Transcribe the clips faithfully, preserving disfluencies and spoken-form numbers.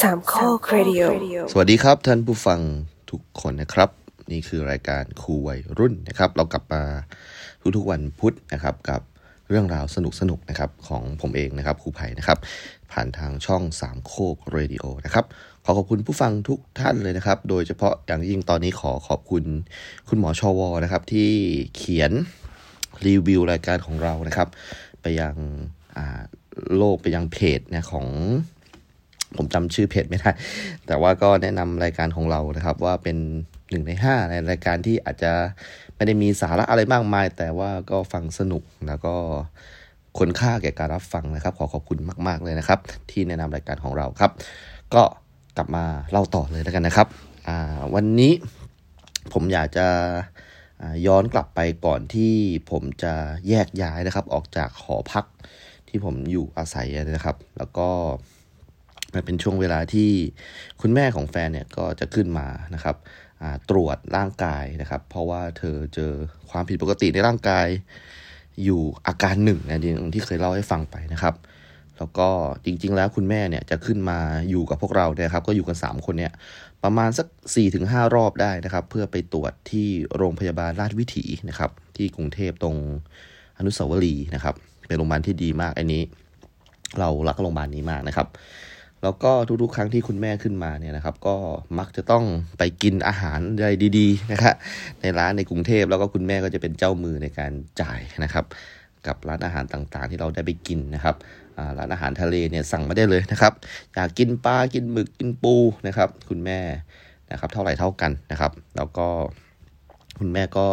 สามข้อครดิโอสวัสดีครับท่านผู้ฟังทุกคนนะครับนี่คือรายการครูวัยรุ่นนะครับเรากลับมาทุกๆวันพุธนะครับกับเรื่องราวสนุกๆนะครับของผมเองนะครับครูไผ่นะครับผ่านทางช่องสามโคกเรดิโอนะครับขอขอบคุณผู้ฟังทุกท่านเลยนะครับโดยเฉพาะอย่างยิ่งตอนนี้ขอขอบคุณคุณหมอชวนะครับที่เขียนรีวิวรายการของเรานะครับไปยังโลกไปยังเพจนะของผมจำชื่อเพจไม่ได้แต่ว่าก็แนะนำรายการของเรานะครับว่าเป็นหนึ่งในห้าในรายการที่อาจจะไม่ได้มีสาระอะไรมากมายแต่ว่าก็ฟังสนุกแล้วก็คุ้มค่าแก่การรับฟังนะครับขอขอบคุณมากๆเลยนะครับที่แนะนำรายการของเราครับก็กลับมาเล่าต่อเลยแล้วกันนะครับอ่าวันนี้ผมอยากจะย้อนกลับไปก่อนที่ผมจะแยกย้ายนะครับออกจากหอพักที่ผมอยู่อาศัยนะครับแล้วก็มันเป็นช่วงเวลาที่คุณแม่ของแฟนเนี่ยก็จะขึ้นมานะครับตรวจร่างกายนะครับเพราะว่าเธอเจอความผิดปกติในร่างกายอยู่อาการหนึ่งนะที่เคยเล่าให้ฟังไปนะครับแล้วก็จริงๆแล้วคุณแม่เนี่ยจะขึ้นมาอยู่กับพวกเราเนี่ยครับก็อยู่กันสามคนเนี่ยประมาณสัก สี่ถึงห้า รอบได้นะครับเพื่อไปตรวจที่โรงพยาบาลราชวิถีนะครับที่กรุงเทพตรงอนุสาวรีย์นะครับเป็นโรงพยาบาลที่ดีมากอันนี้เรารักโรงพยาบาลนี้มากนะครับแล้วก็ทุกๆครั้งที่คุณแม่ขึ้นมาเนี่ยนะครับก็มักจะต้องไปกินอาหารอะไรดีๆนะครับในร้านในกรุงเทพแล้วก็คุณแม่ก็จะเป็นเจ้ามือในการจ่ายนะครับกับร้านอาหารต่างๆที่เราได้ไปกินนะครับร้านอาหารทะเลเนี่ยสั่งมาได้เลยนะครับอยากกินปลากินหมึกกินปูนะครับคุณแม่นะครับเท่าไหร่เท่ากันนะครับแล้วก็คุณแม่ก็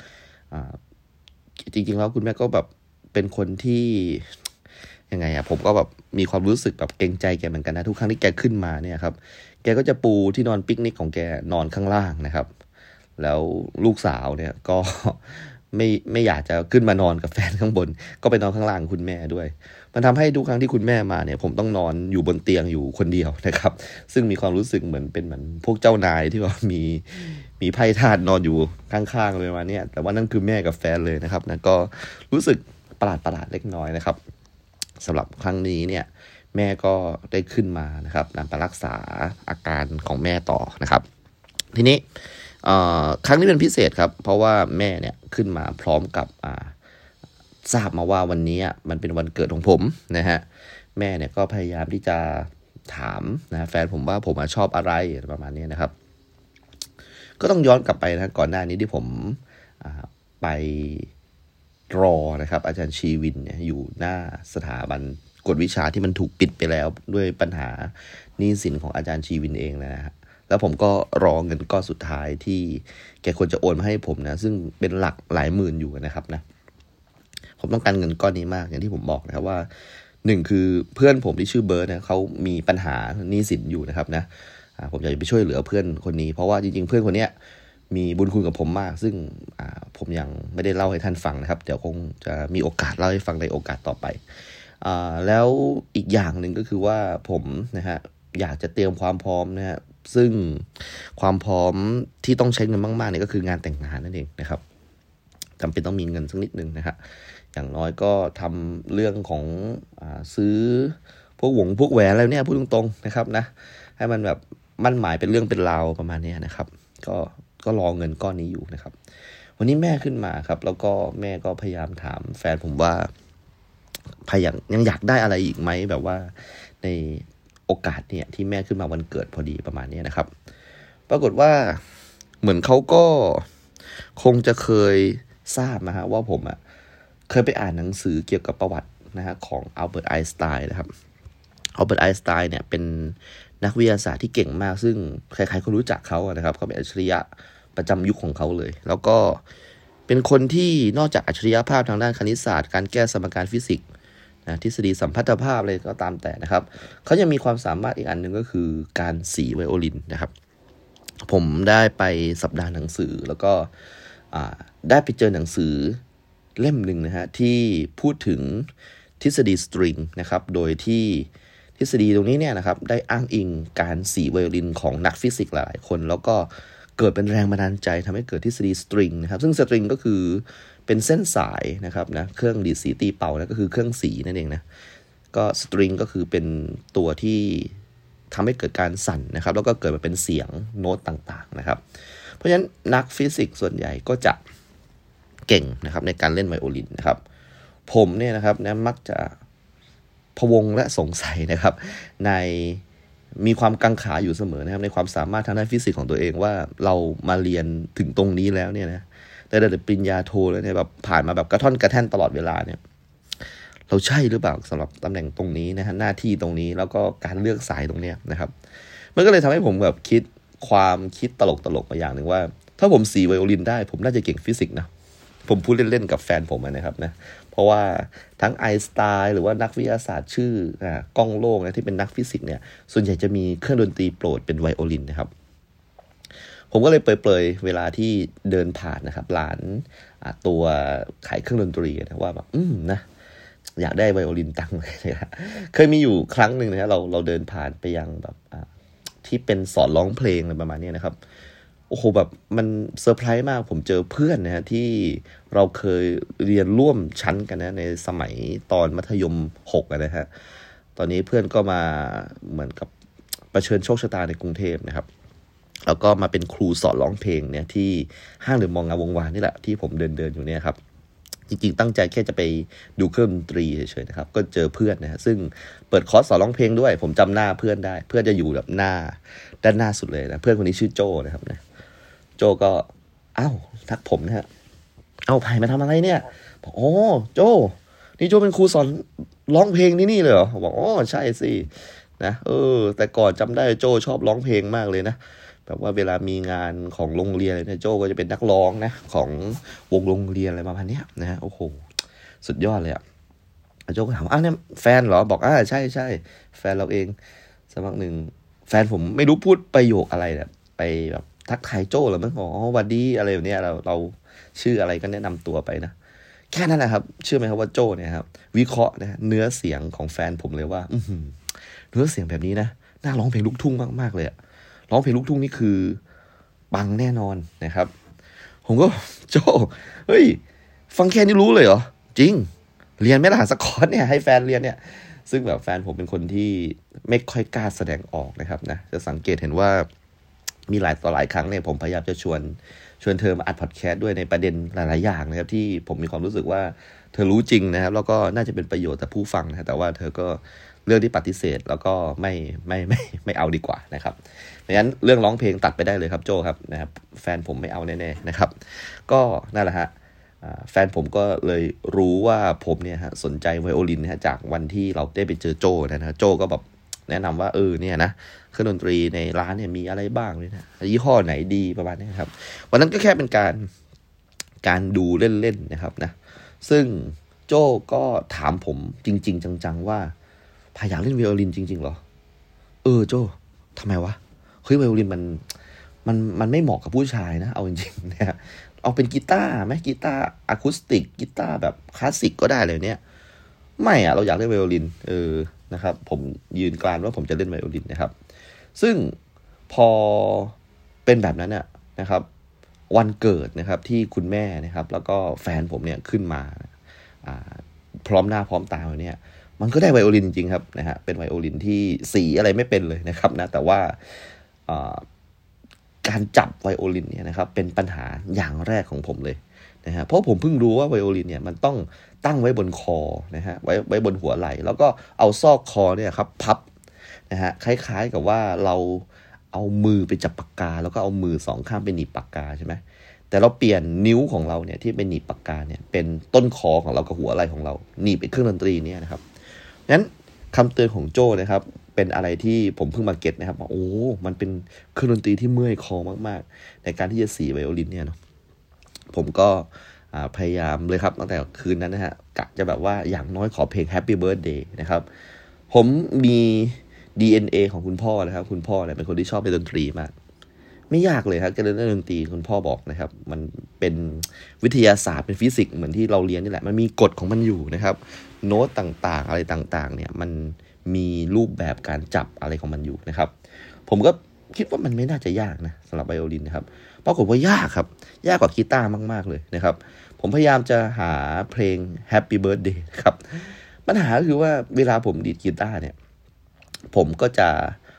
จริงๆแล้วคุณแม่ก็แบบเป็นคนที่ยังไงอะผมก็แบบมีความรู้สึกแบบเกรงใจแกเหมือนกันนะทุกครั้งที่แกขึ้นมาเนี่ยครับแกก็จะปูที่นอนปิกนิกของแกนอนข้างล่างนะครับแล้วลูกสาวเนี่ยก็ไม่ไม่อยากจะขึ้นมานอนกับแฟนข้างบนก็ไปนอนข้างล่างคุณแม่ด้วยมันทำให้ทุกครั้งที่คุณแม่มาเนี่ยผมต้องนอนอยู่บนเตียงอยู่คนเดียวนะครับซึ่งมีความรู้สึกเหมือนเป็นเหมือนพวกเจ้านายที่ว่ามีมีไพร่ทาสนอนอยู่ข้างๆเลยมาเนี่ยแต่ว่านั่นคือแม่กับแฟนเลยนะครับนะก็รู้สึกประหลาดประหลาดเล็กน้อยนะครับสำหรับครั้งนี้เนี่ยแม่ก็ได้ขึ้นมานะครับนำไปรักษาอาการของแม่ต่อนะครับทีนี้ครั้งนี้เป็นพิเศษครับเพราะว่าแม่เนี่ยขึ้นมาพร้อมกับทราบมาว่าวันนี้มันเป็นวันเกิดของผมนะฮะแม่เนี่ยก็พยายามที่จะถามนะแฟนผมว่าผมชอบอะไรประมาณนี้นะครับก็ต้องย้อนกลับไปนะก่อนหน้านี้ที่ผมไปรอนะครับอาจารย์ชีวินเนี่ยอยู่หน้าสถาบันกวดวิชาที่มันถูกปิดไปแล้วด้วยปัญหาหนี้สินของอาจารย์ชีวินเองนะฮะแล้วผมก็รอเงินก้อนสุดท้ายที่แกควรจะโอนมาให้ผมนะซึ่งเป็นหลักหลายหมื่นอยู่นะครับนะผมต้องการเงินก้อนนี้มากอย่างที่ผมบอกนะครับว่าหนึ่งคือเพื่อนผมที่ชื่อเบิร์ดนะเขามีปัญหาหนี้สินอยู่นะครับนะผมอยากจะไปช่วยเหลือเพื่อนคนนี้เพราะว่าจริงๆเพื่อนคนนี้มีบุญคุณกับผมมากซึ่งผมยังไม่ได้เล่าให้ท่านฟังนะครับเดี๋ยวคงจะมีโอกาสเล่าให้ฟังในโอกาสต่อไปแล้วอีกอย่างหนึ่งก็คือว่าผมนะฮะอยากจะเตรียมความพร้อมนะฮะซึ่งความพร้อมที่ต้องใช้เงินมากๆเนี่ยก็คืองานแต่งงานนั่นเองนะครับจำเป็นต้องมีเงินสักนิดนึงนะฮะอย่างน้อยก็ทำเรื่องของอ่าซื้อพวกหวงพวกแหวนอะไรเนี่ยพูดตรงๆนะครับนะให้มันแบบมั่นหมายเป็นเรื่องเป็นราวประมาณนี้นะครับก็ก็รอเงินก้อนนี้อยู่นะครับวันนี้แม่ขึ้นมาครับแล้วก็แม่ก็พยายามถามแฟนผมว่าพยายามยังอยากได้อะไรอีกไหมแบบว่าในโอกาสเนี่ยที่แม่ขึ้นมาวันเกิดพอดีประมาณนี้นะครับปรากฏว่าเหมือนเขาก็คงจะเคยทราบนะฮะว่าผมอ่ะเคยไปอ่านหนังสือเกี่ยวกับประวัตินะฮะของอัลเบิร์ตไอน์สไตน์นะครับอัลเบิร์ตไอน์สไตน์เนี่ยเป็นนักวิทยาศาสตร์ที่เก่งมากซึ่งใครๆก็รู้จักเขานะครับเขาเป็นอัจฉริยะประจำยุคของเขาเลยแล้วก็เป็นคนที่นอกจากอัจฉริยภาพทางด้านคณิตศาสตร์การแก้สมการฟิสิกส์นะทฤษฎีสัมพัทธภาพอะไรก็ตามแต่นะครับเขายังมีความสามารถอีกอันหนึ่งก็คือการสีไวโอลินนะครับผมได้ไปสัปดาห์หนังสือแล้วก็ได้ไปเจอหนังสือเล่มหนึ่งนะฮะที่พูดถึงทฤษฎีสตริงนะครับโดยที่ทฤษฎีตรงนี้เนี่ยนะครับได้อ้างอิงการสีไวโอลินของนักฟิสิกส์หลายคนแล้วก็เกิดเป็นแรงบันดาลใจทำให้เกิดทฤษฎีสตริงนะครับซึ่งสตริงก็คือเป็นเส้นสายนะครับนะเครื่องดีดสีตีเป่านะก็คือเครื่องสีนั่นเองนะก็สตริงก็คือเป็นตัวที่ทำให้เกิดการสั่นนะครับแล้วก็เกิดมาเป็นเสียงโน้ตต่างๆนะครับเพราะฉะนั้นนักฟิสิกส์ส่วนใหญ่ก็จะเก่งนะครับในการเล่นไวโอลินนะครับผมเนี่ยนะครับนะมักจะพะวงและสงสัยนะครับในมีความกังขาอยู่เสมอนะครับในความสามารถทางด้านฟิสิกส์ของตัวเองว่าเรามาเรียนถึงตรงนี้แล้วเนี่ยนะแต่ระดับปริญญาโทแล้วเนี่ยแบบผ่านมาแบบกระท่อนกระแท่นตลอดเวลาเนี่ยเราใช่หรือเปล่าสำหรับตำแหน่งตรงนี้นะฮะหน้าที่ตรงนี้แล้วก็การเลือกสายตรงเนี้ยนะครับมันก็เลยทำให้ผมแบบคิดความคิดตลกๆมาอย่างหนึ่งว่าถ้าผมสีไวโอลินได้ผมน่าจะเก่งฟิสิกส์นะผมพูดเล่นๆกับแฟนผมนะครับนะเพราะว่าทั้งไอน์สไตน์หรือว่านักวิทยาศาสตร์ชื่ออ่าก้องโลกนะที่เป็นนักฟิสิกส์เนี่ยส่วนใหญ่จะมีเครื่องดนตรีโปรดเป็นไวโอลินนะครับผมก็เลยเปรยๆเวลาที่เดินผ่านนะครับร้านตัวขายเครื่องดนตรีนะว่าแบบอืมนะอยากได้ไวโอลินตั้งเลยนะเคยมีอยู่ครั้งหนึ่งนะเราเราเดินผ่านไปยังแบบที่เป็นสอนร้องเพลงอะไรประมาณนี้นะครับโอ้โหแบบมันเซอร์ไพรส์มากผมเจอเพื่อนนะฮะที่เราเคยเรียนร่วมชั้นกันนะในสมัยตอนมัธยมหกนะฮะตอนนี้เพื่อนก็มาเหมือนกับเผชิญโชคชะตาในกรุงเทพนะครับแล้วก็มาเป็นครูสอนร้องเพลงเนี่ยที่ห้างเดอะมอลล์งามวงวานนี่แหละที่ผมเดินเดินอยู่เนี่ยครับจริงๆตั้งใจแค่จะไปดูเครื่องดนตรีเฉยๆนะครับก็เจอเพื่อนนะฮะซึ่งเปิดคอร์สสอนร้องเพลงด้วยผมจำหน้าเพื่อนได้เพื่อนจะอยู่แบบหน้าด้านหน้าสุดเลยนะเพื่อนคนนี้ชื่อโจนะครับนะโจก็อ้าวทักผมนะฮะเอ้าไผ่มาทำอะไรเนี่ยบอกโอ้โจนี่โจเป็นครูสอนร้องเพลงที่นี่เลยเหรอบอกอ๋อใช่สินะเออแต่ก่อนจำได้โจชอบร้องเพลงมากเลยนะแบบว่าเวลามีงานของโรงเรียนเนี่ยโจก็จะเป็นนักร้องนะของวงโรงเรียนอะไรประมาณนี้นะฮะโอ้โหสุดยอดเลยอ่ะโจก็ถามอ้าวเนี่ยแฟนเหรอบอกอ่าใช่ใช่แฟนเราเองสักพักหนึ่งแฟนผมไม่รู้พูดประโยคอะไรแบบไปแบบทักทายโจ้หรือมั้งอ๋อสวัสดีอะไรแบบนี้เราเราชื่ออะไรก็แนะนำตัวไปนะแค่นั้นแหละครับเชื่อไหมครับว่าโจ้เนี่ยครับวิเคราะห์นะเนื้อเสียงของแฟนผมเลยว่าอืเนื้อเสียงแบบนี้นะน่าร้องเพลงลูกทุ่งมากๆเลยอะร้องเพลงลูกทุ่งนี่คือปังแน่นอนนะครับผมก็โจ้เฮ้ยฟังแค่นี้รู้เลยเหรอจริงเรียนไม่ล่ะสักคอร์สเนี่ยให้แฟนเรียนเนี่ยซึ่งแบบแฟนผมเป็นคนที่ไม่ค่อยกล้าแสดงออกนะครับนะจะสังเกตเห็นว่ามีหลายต่อหลายครั้งเนี่ยผมพยายามจะชวนชวนเธอมาอัดพอดแคสต์ด้วยในประเด็นหลายๆอย่างนะครับที่ผมมีความรู้สึกว่าเธอรู้จริงนะครับแล้วก็น่าจะเป็นประโยชน์ต่อผู้ฟังนะแต่ว่าเธอก็เรื่องที่ปฏิเสธแล้วก็ไม่ไม่ไม่ไม่เอาดีกว่านะครับเพราะฉะนั้นเรื่องร้องเพลงตัดไปได้เลยครับโจครับนะครับแฟนผมไม่เอาแน่ๆนะครับก็นั่นแหละฮะแฟนผมก็เลยรู้ว่าผมเนี่ยฮะสนใจไวโอลินนะฮะจากวันที่เราได้ไปเจอโจนะฮะโจก็แบบแนะนำว่าเออเนี่ยนะเครื่องดนตรีในร้านเนี่ยมีอะไรบ้างเลยนะยี่ห้อไหนดีประมาณนี้ครับวันนั้นก็แค่เป็นการการดูเล่นๆนะครับนะซึ่งโจก็ถามผมจริงๆจังๆว่าพายอยากเล่นไวโอลินจริงๆเหรอเออโจทำไมวะเฮ้ยไวโอลินมันมันมันไม่เหมาะกับผู้ชายนะเอาจริงๆนะเอาเป็นกีตาร์ไหมกีตาร์อะคูสติกกีตาร์แบบคลาสสิกก็ได้เลยเนี่ยไม่อะเราอยากเล่นไวโอลินเออนะครับผมยืนกรานว่าผมจะเล่นไวโอลินนะครับซึ่งพอเป็นแบบนั้นนะครับวันเกิดนะครับที่คุณแม่นะครับแล้วก็แฟนผมเนี่ยขึ้นมาพร้อมหน้าพร้อมตาเลยเนี่ยมันก็ได้ไวโอลินจริงๆครับนะฮะเป็นไวโอลินที่สีอะไรไม่เป็นเลยนะครับนะแต่ว่าการจับไวโอลินเนี่ยนะครับเป็นปัญหาอย่างแรกของผมเลยนะฮะเพราะผมเพิ่งรู้ว่าไวโอลินเนี่ยมันต้องตั้งไว้บนคอนะฮะไว้ไว้บนหัวไหล่แล้วก็เอาซอกคอเนี่ยครับพับนะฮะคล้ายๆกับว่าเราเอามือไปจับปากกาแล้วก็เอามือสองข้างไปหนีบปากกาใช่ไหมแต่เราเปลี่ยนนิ้วของเราเนี่ยที่เป็นหนีบปากกาเนี่ยเป็นต้นคอของเรากับหัวไหล่ของเราหนีบไปเครื่องดนตรีเนี่ยนะครับงั้นคำเตือนของโจ้นะครับเป็นอะไรที่ผมเพิ่งมาเก็ตนะครับว่าโอ้มันเป็นเครื่องดนตรีที่เมื่อยคอมากๆในการที่จะสีไวโอลินเนี่ยเนาะผมก็พยายามเลยครับตั้งแต่คืนนั้นนะฮะกะจะแบบว่าอย่างน้อยขอเพลง Happy Birthday นะครับผมมี ดี เอ็น เอ ของคุณพ่อนะครับคุณพ่อเนี่ยเป็นคนที่ชอบเล่นดนตรีมากไม่ยากเลยครับการเล่นดนตรีคุณพ่อบอกนะครับมันเป็นวิทยาศาสตร์เป็นฟิสิกส์เหมือนที่เราเรียนนี่แหละมันมีกฎของมันอยู่นะครับโน้ตต่างๆอะไรต่างๆเนี่ยมันมีรูปแบบการจับอะไรของมันอยู่นะครับผมก็คิดว่ามันไม่น่าจะยากนะสำหรับไวโอลินนะครับปรากฏว่ายากครับยากกว่ากีตาร์มากๆเลยนะครับผมพยายามจะหาเพลง Happy Birthday ครับปัญหาคือว่าเวลาผมดีดกีตาร์เนี่ยผมก็จะ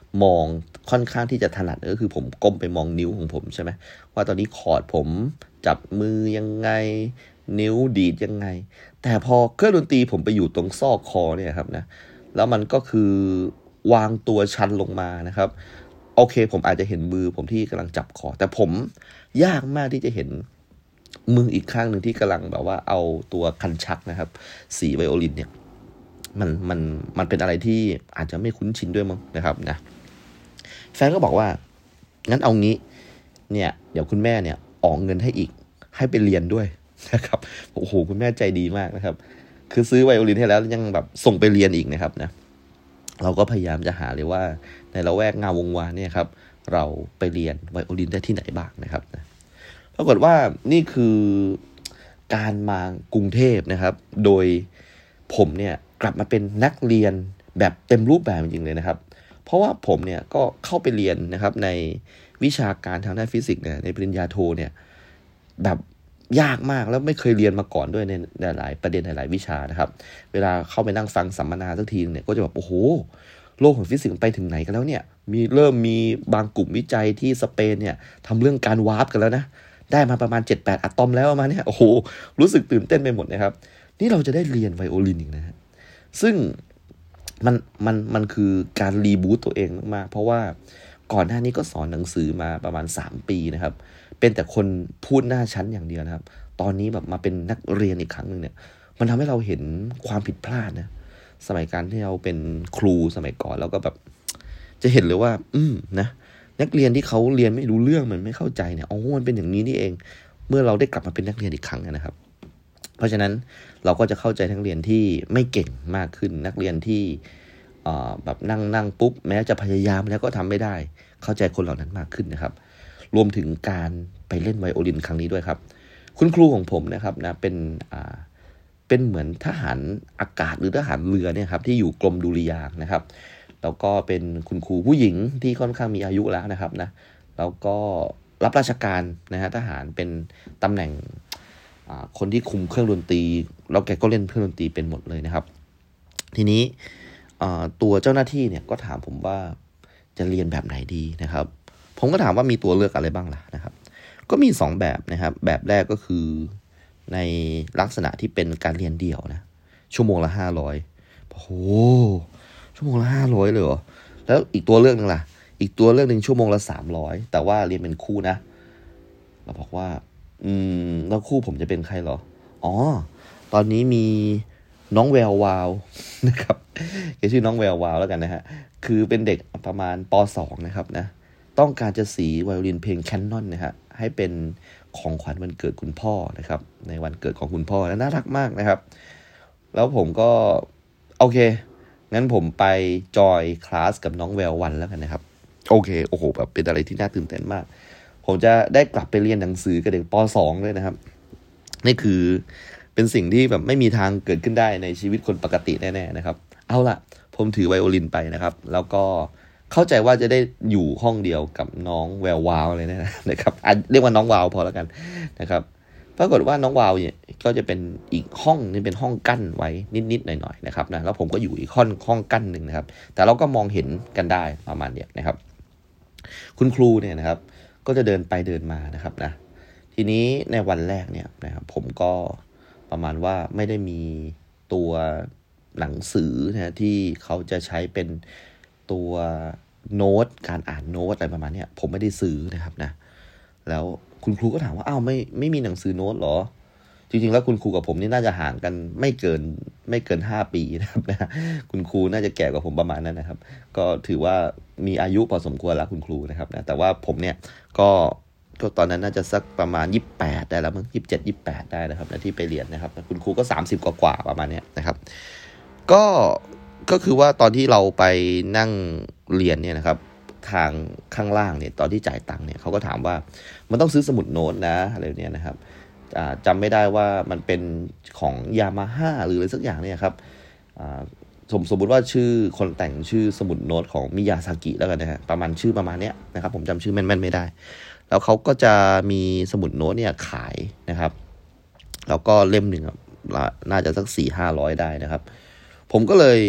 มองค่อนข้างที่จะถนัดก็คือผมก้มไปมองนิ้วของผมใช่ไหมว่าตอนนี้คอร์ดผมจับมือยังไงนิ้วดีดยังไงแต่พอเครื่องดนตรีผมไปอยู่ตรงซอกคอเนี่ยครับนะแล้วมันก็คือวางตัวชันลงมานะครับโอเคผมอาจจะเห็นมือผมที่กำลังจับคอแต่ผมยากมากที่จะเห็นมืออีกข้างหนึ่งที่กำลังแบบว่าเอาตัวคันชักนะครับสีไวโอลินเนี่ยมันมันมันเป็นอะไรที่อาจจะไม่คุ้นชินด้วยมั้งนะครับนะแฟนก็บอกว่างั้นเอางี้เนี่ยเดี๋ยวคุณแม่เนี่ยออกเงินให้อีกให้ไปเรียนด้วยนะครับโอ้โหคุณแม่ใจดีมากนะครับคือซื้อไวโอลินให้แล้วยังแบบส่งไปเรียนอีกนะครับนะเราก็พยายามจะหาเลยว่าในละแวกงามวงวานเนี่ยครับเราไปเรียนไวโอลินได้ที่ไหนบ้างนะครับนะปรากฏว่านี่คือการมากรุงเทพนะครับโดยผมเนี่ยกลับมาเป็นนักเรียนแบบเต็มรูปแบบจริงๆเลยนะครับเพราะว่าผมเนี่ยก็เข้าไปเรียนนะครับในวิชาการทางด้านฟิสิกส์เนี่ยในปริญญาโทเนี่ยแบบยากมากแล้วไม่เคยเรียนมาก่อนด้วยในหลายประเด็นหลายวิชานะครับเวลาเข้าไปนั่งฟังสัมมนาสักทีเนี่ยก็จะแบบโอ้โหโลกของฟิสิกส์ไปถึงไหนกันแล้วเนี่ยมีเริ่มมีบางกลุ่มวิจัยที่สเปนเนี่ยทำเรื่องการวาร์ปกันแล้วนะได้มาประมาณ เจ็ดแปด อะตอมแล้วมาเนี่ยโอ้โหรู้สึกตื่นเต้นไปหมดนะครับนี่เราจะได้เรียนไวโอลินอีกนะฮะซึ่งมันมันมันคือการรีบูตตัวเองมากๆเพราะว่าก่อนหน้านี้ก็สอนหนังสือมาประมาณสามปีนะครับเป็นแต่คนพูดหน้าชั้นอย่างเดียวนะครับตอนนี้แบบมาเป็นนักเรียนอีกครั้งนึงเนี่ยมันทำให้เราเห็นความผิดพลาดนะสมัยการที่เราเป็นครูสมัยก่อนเราก็แบบจะเห็นเลยว่าอืมนะนักเรียนที่เขาเรียนไม่รู้เรื่องมันไม่เข้าใจเนี่ยอ๋อมันเป็นอย่างนี้นี่เองเมื่อเราได้กลับมาเป็นนักเรียนอีกครั้งนะครับเพราะฉะนั้นเราก็จะเข้าใจนักเรียนที่ไม่เก่งมากขึ้นนักเรียนที่แบบนั่งนั่งปุ๊บแม้จะพยายามแล้วก็ทำไม่ได้เข้าใจคนเหล่านั้นมากขึ้นนะครับรวมถึงการไปเล่นไวโอลินครั้งนี้ด้วยครับคุณครูของผมนะครับนะเป็นอ่าเป็นเหมือนทหารอากาศหรือทหารเรือเนี่ยครับที่อยู่กรมดุริยางค์นะครับแล้วก็เป็นคุณครูผู้หญิงที่ค่อนข้างมีอายุแล้วนะครับนะแล้วก็รับราชการนะฮะทหารเป็นตำแหน่งคนที่คุมเครื่องดนตรีแล้วแกก็เล่นเครื่องดนตรีเป็นหมดเลยนะครับทีนี้ตัวเจ้าหน้าที่เนี่ยก็ถามผมว่าจะเรียนแบบไหนดีนะครับผมก็ถามว่ามีตัวเลือกอะไรบ้างล่ะนะครับก็มีสองแบบนะครับแบบแรกก็คือในลักษณะที่เป็นการเรียนเดี่ยวนะชั่วโมงละห้าร้อยโอ้โหชั่วโมงละห้าร้อยเลยเหรอแล้วอีกตัวเลือกนึงล่ะอีกตัวเลือกนึงชั่วโมงละสามร้อยแต่ว่าเรียนเป็นคู่นะเราบอกว่าอืมแล้วคู่ผมจะเป็นใครเหรออ๋อตอนนี้มีน้องแวววาวนะครับแกชื่อน้องแวววาวแล้วกันนะฮะคือเป็นเด็กประมาณป.สอง นะครับนะต้องการจะสีไวโอลินเพลงแคนนอนนะฮะให้เป็นของขวัญวันเกิดคุณพ่อนะครับในวันเกิดของคุณพ่อน่ารักมากนะครับแล้วผมก็โอเคงั้นผมไปจอยคลาสกับน้องแวววันแล้วกันนะครับโอเคโอ้โหแบบเป็นอะไรที่น่าตื่นเต้นมากผมจะได้กลับไปเรียนหนังสือกับเด็กป.สอง ด้วยนะครับนี่คือเป็นสิ่งที่แบบไม่มีทางเกิดขึ้นได้ในชีวิตคนปกติแน่ๆนะครับเอาล่ะผมถือไวโอลินไปนะครับแล้วก็เข้าใจว่าจะได้อยู่ห้องเดียวกับน้องแวววาวเลยนะครับเรียกว่าน้องวาวพอแล้วกันนะครับปรากฏว่าน้องวาวเนี่ยก็จะเป็นอีกห้องนี่เป็นห้องกั้นไว้นิดๆหน่อยๆนะครับนะแล้วผมก็อยู่อีกห้องห้องกั้นหนึ่งนะครับแต่เราก็มองเห็นกันได้ประมาณเนี้ยนะครับคุณครูเนี่ยนะครับก็จะเดินไปเดินมานะครับนะทีนี้ในวันแรกเนี่ยนะครับผมก็ประมาณว่าไม่ได้มีตัวหนังสือนะที่เขาจะใช้เป็นตัวโน้ตการอ่านโน้ตอะไรประมาณนี้ผมไม่ได้ซื้อนะครับนะแล้วคุณครูก็ถามว่าอ้าวไม่ไม่มีหนังสือโน้ตหรอจริงๆแล้วคุณครูกับผมนี่น่าจะห่างกันไม่เกินไม่เกินห้าปีนะครับนะคุณครูน่าจะแก่กว่าผมประมาณนั้นนะครับก็ถือว่ามีอายุพอสมควรแล้วคุณครูนะครับนะแต่ว่าผมเนี่ยก็ก็ตอนนั้นน่าจะสักประมาณยี่สิบแปดได้แล้วมั้งยี่สิบเจ็ด ยี่สิบแปดได้นะครับนะที่ไปเรียนนะครับคุณครูก็สามสิบกว่าๆประมาณนี้นะครับก็ก็คือว่าตอนที่เราไปนั่งเรียนเนี่ยนะครับทางข้างล่างเนี่ยตอนที่จ่ายตังค์เนี่ยเขาก็ถามว่ามันต้องซื้อสมุดโน้ตนะอะไรเนี่ยนะครับจำไม่ได้ว่ามันเป็นของยามาฮ่าหรืออะไรสักอย่างเนี่ยครับสมสมมติว่าชื่อคนแต่งชื่อสมุดโน้ตของมิยาซากิแล้วกันนะฮะประมาณชื่อประมาณเนี้ยนะครับผมจำชื่อแม่นๆไม่ได้แล้วเขาก็จะมีสมุดโน้ตเนี่ยขายนะครับแล้วก็เล่มหนึ่งน่าจะสักสี่ห้าร้อยได้นะครับผมก็เลย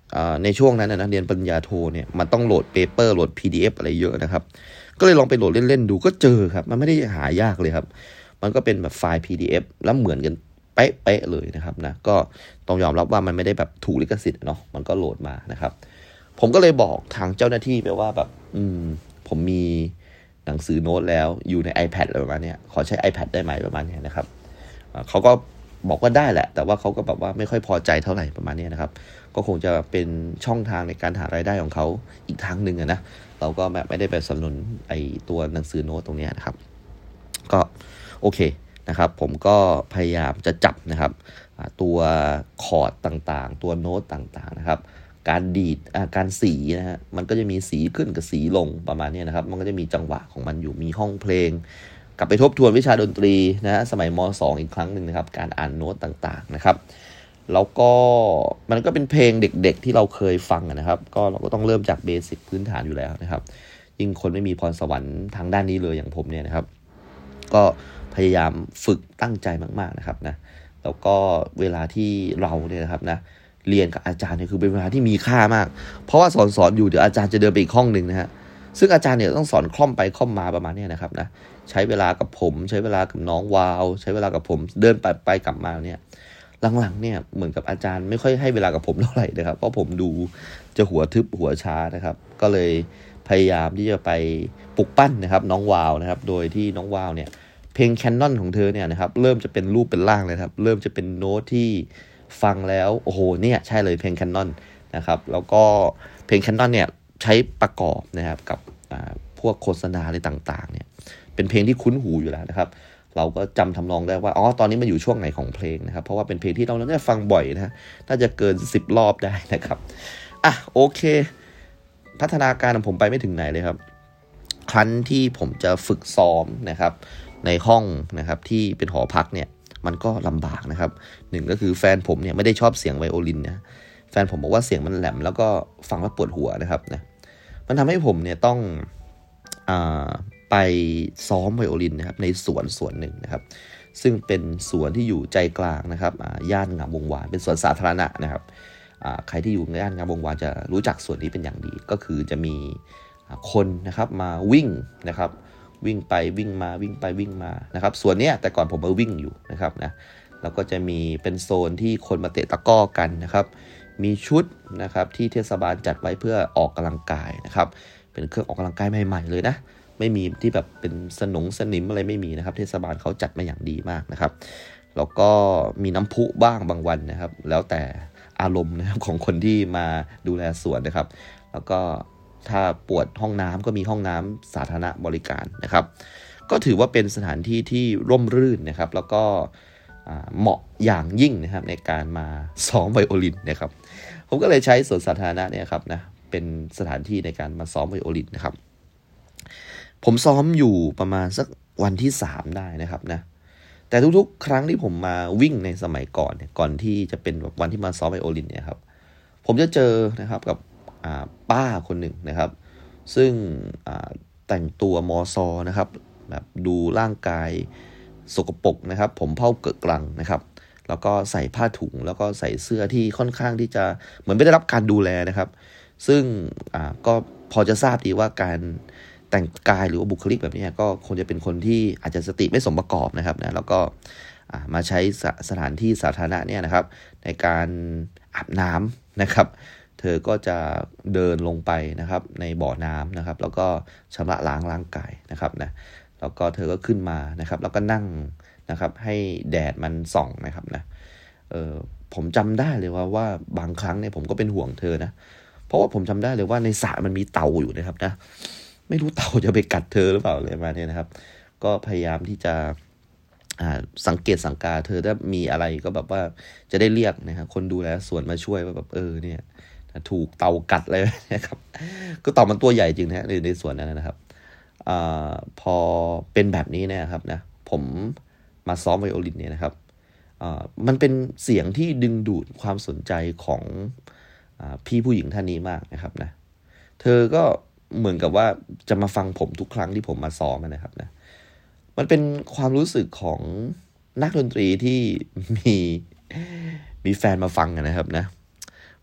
ในช่วงนั้นนะเรียนปริญญาโทเนี่ยมันต้องโหลดเปเปอร์โหลด พี ดี เอฟ อะไรเยอะนะครับก็เลยลองไปโหลดเล่นๆดูก็เจอครับมันไม่ได้หายากเลยครับมันก็เป็นแบบไฟล์ พี ดี เอฟ แล้วเหมือนกันเป๊ะๆเลยนะครับนะก็ต้องยอมรับว่ามันไม่ได้แบบถูกลิขสิทธิ์เนาะมันก็โหลดมานะครับผมก็เลยบอกทางเจ้าหน้าที่ไปว่าแบบอืมผมมีหนังสือโน้ตแล้วอยู่ใน iPad อะไรประมาณนี้ขอใช้ iPad ได้ไหมประมาณนี้นะครับเขาก็บอกว่าได้แหละแต่ว่าเขาก็แบบว่าไม่ค่อยพอใจเท่าไหร่ประมาณนี้นะครับก็คงจะเป็นช่องทางในการหารายได้ของเขาอีกทางหนึ่งนะเราก็แบบไม่ได้ไปสนับสนุนไอตัวหนังสือโน้ตตรงนี้นะครับก็โอเคนะครับผมก็พยายามจะจับนะครับตัวคอร์ดต่างๆตัวโน้ตต่างๆนะครับการดีดการสีนะฮะมันก็จะมีสีขึ้นกับสีลงประมาณนี้นะครับมันก็จะมีจังหวะของมันอยู่มีห้องเพลงกลับไปทบทวนวิชาดนตรีนะฮะสมัยม.สอง อีกครั้งหนึ่งนะครับการอ่านโน้ตต่างๆนะครับแล้วก็มันก็เป็นเพลงเด็กๆที่เราเคยฟังนะครับก็เราก็ต้องเริ่มจากเบสิกพื้นฐานอยู่แล้วนะครับยิ่งคนไม่มีพรสวรรค์ทางด้านนี้เลยอย่างผมเนี่ยนะครับก็พยายามฝึกตั้งใจมากๆนะครับนะแล้วก็เวลาที่เราเนี่ยนะครับนะเรียนกับอาจารย์เนี่ยคือเป็นเวลาที่มีค่ามากเพราะว่าสอนสอนอยู่เดี๋ยวอาจารย์จะเดินไปอีกห้องนึงนะฮะซึ่งอาจารย์เนี่ยต้องสอนคล่อมไปคล่อมมาประมาณนี้นะครับนะใช้เวลากับผมใช้เวลากับน้องวาวใช้เวลากับผมเดินไปไปกลับมาเนี่ยหลังๆเนี่ยเหมือนกับอาจารย์ไม่ค่อยให้เวลากับผมเท่าไหร่นะครับเพราะผมดูจะหัวทึบหัวช้านะครับก็เลยพยายามที่จะไปปลุกปั้นนะครับน้องวาวนะครับโดยที่น้องวาวเนี่ยเพลงแคนนอนของเธอเนี่ยนะครับเริ่มจะเป็นรูปเป็นร่างเลยครับเริ่มจะเป็นโน้ตที่ฟังแล้วโอ้โหเนี่ยใช่เลยเพลงแคนนอนนะครับแล้วก็เพลงแคนนอนเนี่ยใช้ประกอบนะครับกับพวกโฆษณาอะไรต่างๆเนี่ยเป็นเพลงที่คุ้นหูอยู่แล้วนะครับเราก็จำทำนองได้ว่าอ๋อตอนนี้มันอยู่ช่วงไหนของเพลงนะครับเพราะว่าเป็นเพลงที่เราได้ฟังบ่อยนะน่าจะเกินสิบรอบได้นะครับอ่ะโอเคพัฒนาการของผมไปไม่ถึงไหนเลยครับครั้นที่ผมจะฝึกซ้อมนะครับในห้องนะครับที่เป็นหอพักเนี่ยมันก็ลำบากนะครับหนึ่งก็คือแฟนผมเนี่ยไม่ได้ชอบเสียงไวโอลินนะแฟนผมบอกว่าเสียงมันแหลมแล้วก็ฟังแล้วปวดหัวนะครับนะมันทำให้ผมเนี่ยต้องอ่าไปซ้อมไวโอลินนะครับในสวนสวนหนึ่งนะครับซึ่งเป็นสวนที่อยู่ใจกลางนะครับย่านงามวงวานเป็นสวนสาธารณะนะครับใครที่อยู่ในย่านงามวงวานจะรู้จักสวนนี้เป็นอย่างดีก็คือจะมีคนนะครับมาวิ่งนะครับวิ่งไปวิ่งมาวิ่งไปวิ่งมานะครับส่วนเนี้ยแต่ก่อนผมมาวิ่งอยู่นะครับนะแล้วก็จะมีเป็นโซนที่คนมาเตะตะกร้อกันนะครับมีชุดนะครับที่เทศบาลจัดไว้เพื่อออกกำลังกายนะครับเป็นเครื่องออกกำลังกายใหม่ๆเลยนะไม่มีที่แบบเป็นสนงสนิมอะไรไม่มีนะครับเทศบาลเขาจัดมาอย่างดีมากนะครับแล้วก็มีน้ำพุบ้างบางวันนะครับแล้วแต่อารมณ์นะครับของคนที่มาดูแลสวนนะครับแล้วก็ถ้าปวดห้องน้ำก็มีห้องน้ำสาธารณะบริการนะครับก็ถือว่าเป็นสถานที่ที่ร่มรื่นนะครับแล้วก็เหมาะอย่างยิ่งนะครับในการมาซ้อมไวโอลินนะครับผมก็เลยใช้สวนสาธารณะเนี่ยครับนะเป็นสถานที่ในการมาซ้อมไวโอลินนะครับผมซ้อมอยู่ประมาณสักวันที่สามได้นะครับนะแต่ทุกๆครั้งที่ผมมาวิ่งในสมัยก่อนเนี่ยก่อนที่จะเป็นแบบวันที่มาซ้อมไวโอลินเนี่ยครับผมจะเจอนะครับกับป้าคนหนึ่งนะครับซึ่งแต่งตัวมอซอนะครับแบบดูร่างกายสกปรกนะครับผมเผ้าเกิดกลังนะครับแล้วก็ใส่ผ้าถุงแล้วก็ใส่เสื้อที่ค่อนข้างที่จะเหมือนไม่ได้รับการดูแลนะครับซึ่งก็พอจะทราบดีว่าการแต่งกายหรือว่าบุคลิกแบบนี้ก็คงจะเป็นคนที่อาจจะสติไม่สมประกอบนะครับนะแล้วก็มาใช้สสถานที่สาธารณะเนี่ยนะครับในการอาบน้ำนะครับเธอก็จะเดินลงไปนะครับในบ่อน้ำนะครับแล้วก็ชำระล้างร่างกายนะครับนะแล้วก็เธอก็ขึ้นมานะครับแล้วก็นั่งนะครับให้แดดมันส่องนะครับนะเออผมจำได้เลยว่าว่าบางครั้งเนี่ยผมก็เป็นห่วงเธอนะเพราะว่าผมจำได้เลยว่าในสระมันมีเต่าอยู่นะครับนะไม่รู้เต่าจะไปกัดเธอหรือเปล่าเลยมาเนี่ยนะครับก็พยายามที่จะสังเกตสังกาเธอถ้ามีอะไรก็แบบว่าจะได้เรียกนะครับคนดูแลสวนมาช่วยว่าแบบเออเนี่ยถูกเต่ากัดเลยนะครับก็เต่ามันตัวใหญ่จริงนะในในสวนนั้นนะครับอพอเป็นแบบนี้เนี่ยครับนะผมมาซ้อมไวโอลินเนี่ยนะครับมันเป็นเสียงที่ดึงดูดความสนใจของพี่ผู้หญิงท่านนี้มากนะครับนะเธอก็เหมือนกับว่าจะมาฟังผมทุกครั้งที่ผมมาซ้อมนะครับนะมันเป็นความรู้สึกของนักดนตรีที่มีมีแฟนมาฟังนะครับนะ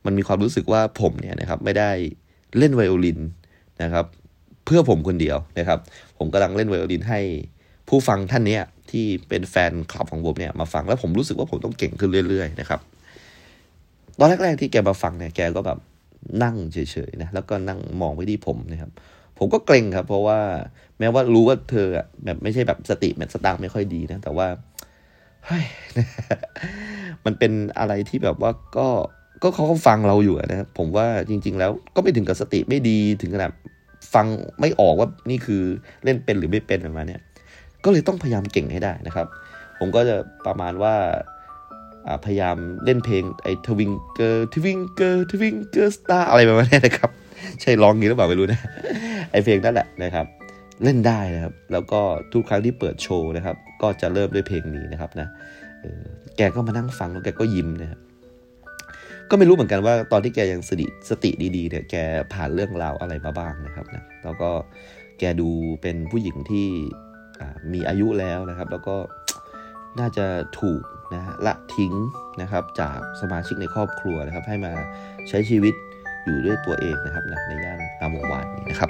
มันมีความรู้สึกว่าผมเนี่ยนะครับไม่ได้เล่นไวโอลินนะครับเพื่อผมคนเดียวนะครับผมกำลังเล่นไวโอลินให้ผู้ฟังท่านนี้ที่เป็นแฟนคลับของผมเนี่ยมาฟังแล้วผมรู้สึกว่าผมต้องเก่งขึ้นเรื่อยๆนะครับตอนแรกๆที่แกมาฟังเนี่ยแกก็แบบนั่งเฉยๆนะแล้วก็นั่งมองไปที่ผมนะครับผมก็เกรงครับเพราะว่าแม้ว่ารู้ว่าเธอแบบไม่ใช่แบบสติแบบสตางค์ไม่ค่อยดีนะแต่ว่าเฮ้ย มันเป็นอะไรที่แบบว่าก็ก็เขาก็ฟังเราอยู่นะครับผมว่าจริงๆแล้วก็ไม่ถึงกับสติไม่ดีถึงขนาดฟังไม่ออกว่านี่คือเล่นเป็นหรือไม่เป็นประมาณนี้ก็เลยต้องพยายามเก่งให้ได้นะครับผมก็จะประมาณว่าพยายามเล่นเพลงไอ้ทวิงเกอร์ทวิงเกอร์ทวิงเกอร์สตาร์อะไรประมาณนี้นะครับใช่ร้องงี้หรือเปล่าไม่รู้นะไอ้เพลงนั่นแหละนะครับเล่นได้นะครับแล้วก็ทุกครั้งที่เปิดโชว์นะครับก็จะเริ่มด้วยเพลงนี้นะครับนะแกก็มานั่งฟังแล้วแกก็ยิ้มนะครับก็ไม่รู้เหมือนกันว่าตอนที่แกยังสติสติดีๆเนี่ยแกผ่านเรื่องราวอะไรมาบ้างนะครับนะแล้วก็แกดูเป็นผู้หญิงที่มีอายุแล้วนะครับแล้วก็น่าจะถูกนะละทิ้งนะครับจากสมาชิกในครอบครัวนะครับให้มาใช้ชีวิตอยู่ด้วยตัวเองนะครับนะในย่านงามวงวานนี้นะครับ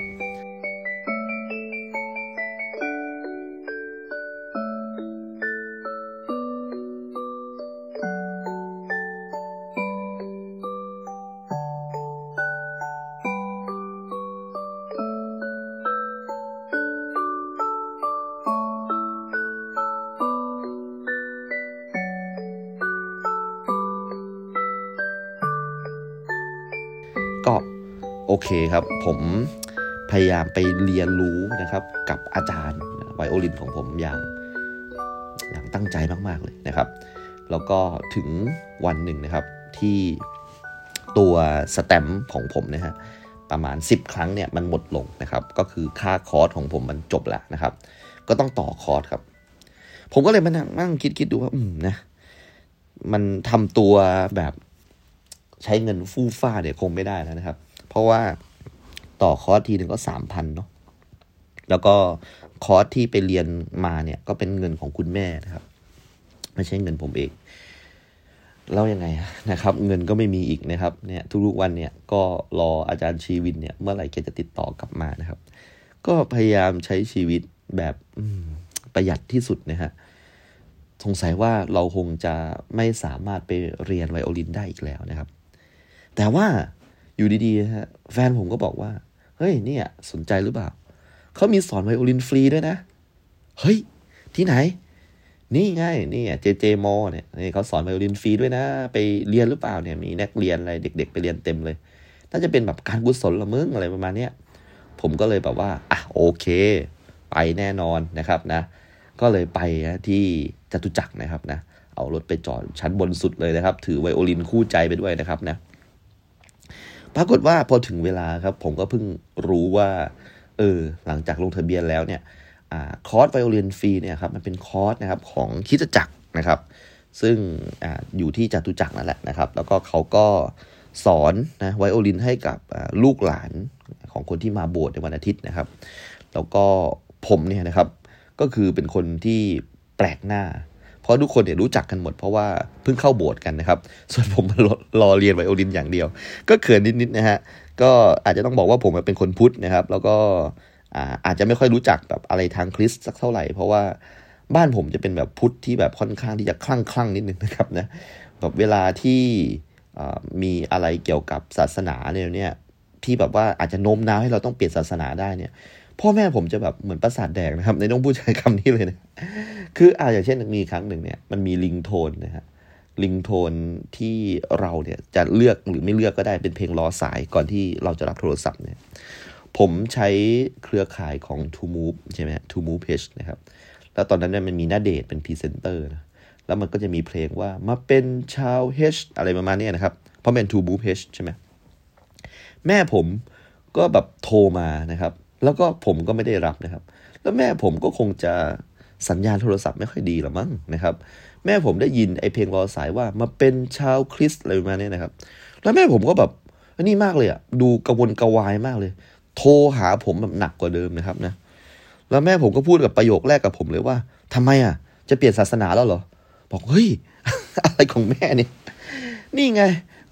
ก็โอเคครับผมพยายามไปเรียนรู้นะครับกับอาจารย์ไวโอลินของผมอย่างอย่างตั้งใจมากๆเลยนะครับแล้วก็ถึงวันหนึ่งนะครับที่ตัวสแตมป์ของผมนะฮะประมาณสิบครั้งเนี่ยมันหมดลงนะครับก็คือค่าคอร์สของผมมันจบแล้วนะครับก็ต้องต่อคอร์สครับผมก็เลยมานั่งคิดคิดดูว่าอืมนะมันทำตัวแบบใช้เงินฟู่ฟ้าเนี่ยคงไม่ได้แล้วนะครับเพราะว่าต่อคอร์สทีนึงก็ สามพัน เนาะแล้วก็คอร์สที่ไปเรียนมาเนี่ยก็เป็นเงินของคุณแม่นะครับไม่ใช่เงินผมเองแล้วยังไงนะครับเงินก็ไม่มีอีกนะครับเนี่ยทุกๆวันเนี่ยก็รออาจารย์ชีวินเนี่ยเมื่อไหร่แกจะติดต่อกลับมานะครับก็พยายามใช้ชีวิตแบบประหยัดที่สุดนะฮะสงสัยว่าเราคงจะไม่สามารถไปเรียนไวโอลินได้อีกแล้วนะครับแต่ว่าอยู่ดีๆฮะแฟนผมก็บอกว่าเฮ้ยเนี่ยสนใจหรือเปล่าเขามีสอนไวโอลินฟรีด้วยนะเฮ้ยที่ไหนนี่ไงนี่เจเจมอเนี่ยนี่เขาสอนไวโอลินฟรีด้วยนะไปเรียนหรือเปล่าเนี่ยมีนักเรียนอะไรเด็กๆไปเรียนเต็มเลยน่าจะเป็นแบบการกุศลละมึงอะไรประมาณเนี้ยผมก็เลยแบบว่าอ่ะโอเคไปแน่นอนนะครับนะก็เลยไปนะที่จตุจักรนะครับนะเอารถไปจอดชั้นบนสุดเลยนะครับถือไวโอลินคู่ใจไปด้วยนะครับนะปรากฏว่าพอถึงเวลาครับผมก็เพิ่งรู้ว่าเออหลังจากลงทะเบียนแล้วเนี่ยอ่าคอร์สไวโอลินฟรีเนี่ยครับมันเป็นคอร์สนะครับของคริสตจักรนะครับซึ่งอ่าอยู่ที่จตุจักรนั่นแหละนะครับแล้วก็เขาก็สอนนะไวโอลินให้กับลูกหลานของคนที่มาโบสถ์ในวันอาทิตย์นะครับแล้วก็ผมเนี่ยนะครับก็คือเป็นคนที่แปลกหน้าเพราะทุกคนเนี่ยรู้จักกันหมดเพราะว่าเพิ่งเข้าโบสถ์กันนะครับส่วนผมมารอรอเรียนไวโอลินอย่างเดียวก็เขินนิดๆนะฮะก็อาจจะต้องบอกว่าผมเป็นคนพุทธนะครับแล้วก็อ่าอาจจะไม่ค่อยรู้จักแบบอะไรทางคริสต์สักเท่าไหร่เพราะว่าบ้านผมจะเป็นแบบพุทธที่แบบค่อนข้างที่จะคลั่งคลั่งนิดนึงนะครับนะแบบเวลาที่มีอะไรเกี่ยวกับศาสนาเนี่ยเนี่ยที่แบบว่าอาจจะโน้มน้าวให้เราต้องเปลี่ยนศาสนาได้เนี่ยพ่อแม่ผมจะแบบเหมือนประสาทแดกนะครับในต้องพูดใช้คำนี้เลยนะคืออ่าอย่างเช่นมีครั้งหนึ่งเนี่ยมันมีริงโทนนะฮะริงโทนที่เราเนี่ยจะเลือกหรือไม่เลือกก็ได้เป็นเพลงรอสายก่อนที่เราจะรับโทรศัพท์เนี่ยผมใช้เครือข่ายของ To Move ใช่ไหม To Move Page นะครับแล้วตอนนั้นเนี่ยมันมีณเดชน์เป็นพรีเซนเตอร์นะแล้วมันก็จะมีเพลงว่ามาเป็นชาว H อะไรประมาณนี้นะครับเพราะเป็น To Move Page ใช่ไหมแม่ผมก็แบบโทรมานะครับแล้วก็ผมก็ไม่ได้รับนะครับแล้วแม่ผมก็คงจะสัญญาณโทรศัพท์ไม่ค่อยดีหรอมั้งนะครับแม่ผมได้ยินไอเพลงรอสายว่ามาเป็นชาวคริสต์อะไรประมาณนี้นะครับแล้วแม่ผมก็แบบอันนี้มากเลยอ่ะดูกระวนกระวายมากเลยโทรหาผมแบบหนักกว่าเดิมนะครับนะแล้วแม่ผมก็พูดกับประโยคแรกกับผมเลยว่าทำไมอ่ะจะเปลี่ยนศาสนาแล้วเหรอบอกเฮ้ย อะไรของแม่เนี่ยนี่ไง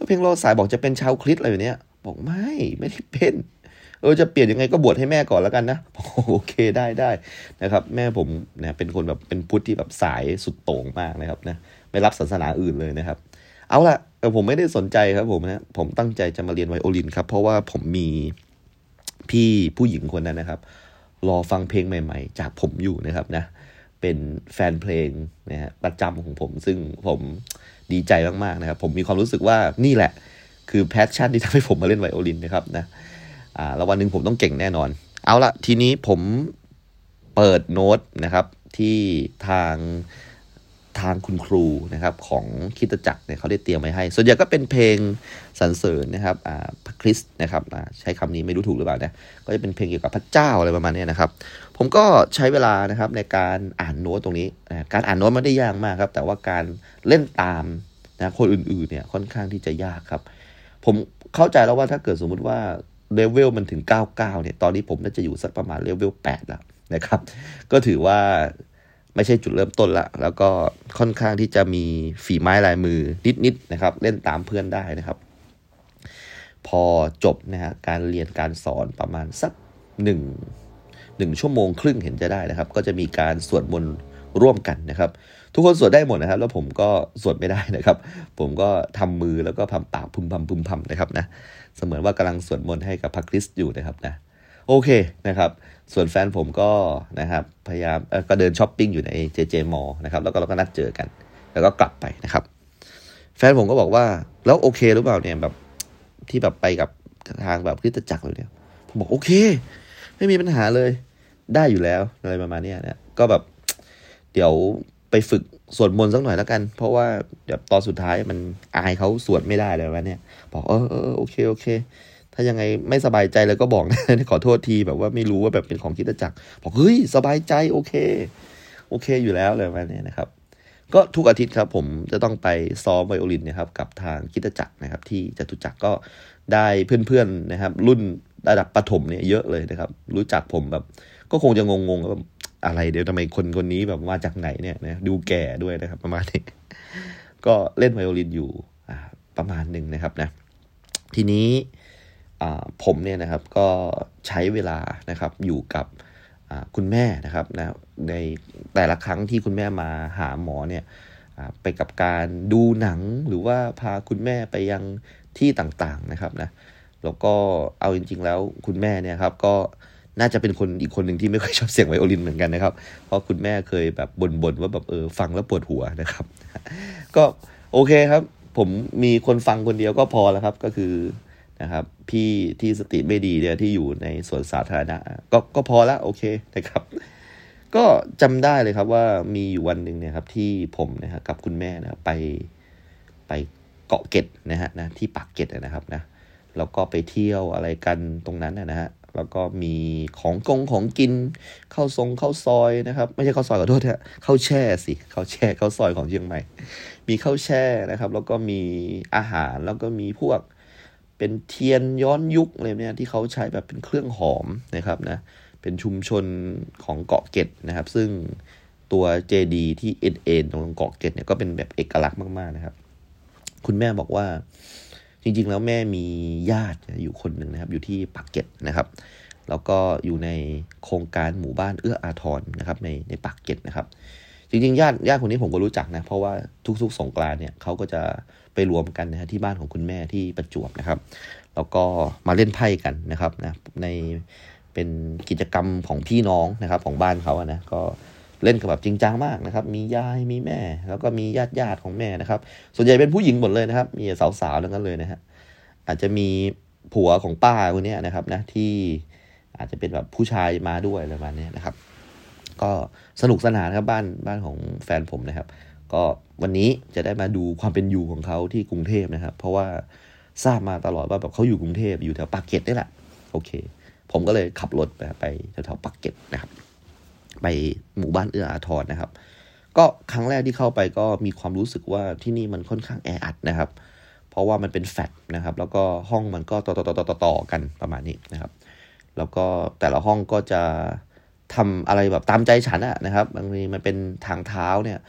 เพลงรอสายบอกจะเป็นชาวคริสต์อะไรอย่างเนี้ยบอกไม่ไม่ได้เป็นเออจะเปลี่ยนยังไงก็บวชให้แม่ก่อนแล้วกันนะโอเคได้ได้นะครับแม่ผมเนี่ยเป็นคนแบบเป็นพุทธที่แบบสายสุดโต่งมากนะครับนะไม่รับศาสนาอื่นเลยนะครับเอาละแต่ผมไม่ได้สนใจครับผมนะผมตั้งใจจะมาเรียนไวโอลินครับเพราะว่าผมมีพี่ผู้หญิงคนนั้นนะครับรอฟังเพลงใหม่ๆจากผมอยู่นะครับนะเป็นแฟนเพลงนะฮะประจำของผมซึ่งผมดีใจมากๆนะครับผมมีความรู้สึกว่านี่แหละคือแพชชั่นที่ทำให้ผมมาเล่นไวโอลินนะครับนะอ่าแล้ววันหนึ่งผมต้องเก่งแน่นอนเอาละทีนี้ผมเปิดโน้ตนะครับที่ทางทางคุณครูนะครับของคริสตจักรเนี่ยเขาได้เตรียมไว้ให้ส่วนใหญ่ก็เป็นเพลงสรรเสริญนะครับอ่าพระคริสต์นะครับอ่าใช้คำนี้ไม่รู้ถูกหรือเปล่านะก็จะเป็นเพลงเกี่ยวกับพระเจ้าอะไรประมาณนี้นะครับผมก็ใช้เวลานะครับในการอ่านโน้ตตรงนี้นะการอ่านโน้ตไม่ได้ยากมากครับแต่ว่าการเล่นตามนะคนอื่นๆเนี่ยค่อนข้างที่จะยากครับผมเข้าใจแล้วว่าถ้าเกิดสมมุติว่าเลเวลมันถึงเก้าสิบเก้าเนี่ยตอนนี้ผมน่าจะอยู่สักประมาณเลเวลแปดแล้วนะครับก็ถือว่าไม่ใช่จุดเริ่มต้นละแล้วก็ค่อนข้างที่จะมีฝีไม้ลายมือนิดๆนะครับเล่นตามเพื่อนได้นะครับพอจบนะฮะการเรียนการสอนประมาณสักหนึ่งหนึ่งชั่วโมงครึ่งเห็นจะได้นะครับก็จะมีการสวดมนต์ร่วมกันนะครับทุกคนสวดได้หมดนะครับแล้วผมก็สวดไม่ได้นะครับผมก็ทำมือแล้วก็พำปากพึมพำพึมพำนะครับนะเสมือนว่ากำลังสวดมนต์ให้กับพระคริสต์อยู่นะครับนะโอเคนะครับส่วนแฟนผมก็นะครับพยายามก็เดินช้อปปิ้งอยู่ใน เจ เจ Mall นะครับแล้วก็เราก็นัดเจอกันแล้วก็กลับไปนะครับแฟนผมก็บอกว่าแล้วโอเคหรือเปล่าเนี่ยแบบที่แบบไปกับทางแบบคริสตจักรเลยเนี่ยผมบอกโอเคไม่มีปัญหาเลยได้อยู่แล้วอะไรประมาณนี้นะก็แบบเดี๋ยวไปฝึกสวดมนต์สักหน่อยแล้วกันเพราะว่าเดี๋ยวตอนสุดท้ายมันอายเขาสวดไม่ได้เลยวะเนี่ยบอกเออเออโอเคโอเคถ้ายังไงไม่สบายใจเลยก็บอกนะขอโทษทีแบบว่าไม่รู้ว่าแบบเป็นของคริสตจักรบอกเฮ้ยสบายใจโอเคโอเคอยู่แล้วเลยวันนี้นะครับก็ทุกอาทิตย์ครับผมจะต้องไปซ้อมไวโอลินนะครับกับทางคริสตจักรนะครับที่จตุจักรก็ได้เพื่อนๆนะครับรุ่นระดับประถมเนี่ยเยอะเลยนะครับรู้จักผมแบบก็คงจะงงๆแบบอะไรเดี๋ยวทำไมคนคนนี้แบบมาจากไหนเนี่ยนะดูแก่ด้วยนะครับประมาณนี้ก็เล่นไวโอลินอยู่ประมาณหนึ่งนะครับนะทีนี้ผมเนี่ยนะครับก็ใช้เวลานะครับอยู่กับคุณแม่นะครับนะในแต่ละครั้งที่คุณแม่มาหาหมอเนี่ยไปกับการดูหนังหรือว่าพาคุณแม่ไปยังที่ต่างๆนะครับนะแล้วก็เอาจริงๆแล้วคุณแม่เนี่ยครับก็น่าจะเป็นคนอีกคนหนึ่งที่ไม่ค่อยชอบเสียงไวโอลินเหมือนกันนะครับเพราะคุณแม่เคยแบบบ่นๆว่าแบบเออฟังแล้วปวดหัวนะครับก็โอเคครับผมมีคนฟังคนเดียวก็พอแล้วครับก็คือนะครับพี่ที่สติไม่ดีเนี่ยที่อยู่ในสวนสาธารณะก็ก็พอละโอเคนะครับก็จำได้เลยครับว่ามีอยู่วันหนึ่งเนี่ยครับที่ผมนะครับกับคุณแม่นะไปไปเกาะเกร็ดนะฮะนะที่ปากเกร็ดนะครับนะแล้วก็ไปเที่ยวอะไรกันตรงนั้นนะฮะแล้วก็มีของกงของกินข้าวซองข้าวซอยนะครับไม่ใช่ข้าวซอยขอโทษนะข้าวแช่สิข้าวแช่ข้าวซอยของเชียงใหม่มีข้าวแช่นะครับแล้วก็มีอาหารแล้วก็มีพวกเป็นเทียนย้อนยุคอะไรเนี่ยที่เขาใช้แบบเป็นเครื่องหอมนะครับนะเป็นชุมชนของเกาะเกร็ดนะครับซึ่งตัวเจดีย์ที่เอ็นๆตรงเกาะเกร็ดเนี่ยก็เป็นแบบเอกลักษณ์มากๆนะครับคุณแม่บอกว่าจริงๆแล้วแม่มีญาติอยู่คนหนึ่งนะครับอยู่ที่ปากเกร็ดนะครับแล้วก็อยู่ในโครงการหมู่บ้านเอื้ออาทรนะครับในในปากเกร็ดนะครับจริงๆญาติญาติคนนี้ผมก็รู้จักนะเพราะว่าทุกๆสงกรานต์เนี่ยเขาก็จะไปรวมกันนะฮะที่บ้านของคุณแม่ที่ประจวบนะครับแล้วก็มาเล่นไพ่กันนะครับนะในเป็นกิจกรรมของพี่น้องนะครับของบ้านเขาอะนะก็เล่นกันแบบจริงจังมากนะครับมียายมีแม่แล้วก็มีญาติญาติของแม่นะครับส่วนใหญ่เป็นผู้หญิงหมดเลยนะครับมีสาวๆทั้งนั้นเลยนะฮะอาจจะมีผัวของป้าคนนี้นะครับนะที่อาจจะเป็นแบบผู้ชายมาด้วยอะไรประมาณนี้นะครับก็สนุกสนานครับบ้านบ้านของแฟนผมนะครับก็วันนี้จะได้มาดูความเป็นอยู่ของเขาที่กรุงเทพนะครับเพราะว่าทราบมาตลอดว่าแบบเขาอยู่กรุงเทพอยู่แถวปากเกร็ดนี่แหละโอเคผมก็เลยขับรถไปไปแถวๆปากเกร็ดนะครับไปหมู่บ้านเอื้ออาทรนะครับก็ครั้งแรกที่เข้าไปก็มีความรู้สึกว่าที่นี่มันค่อนข้างแออัดนะครับเพราะว่ามันเป็นแฟลตนะครับแล้วก็ห้องมันก็ต่อต่อต่อต่อกันประมาณนี้นะครับแล้วก็แต่ละห้องก็จะทำอะไรแบบตามใจฉันอะนะครับบางทีมันเป็นทางเท้าเนี่ย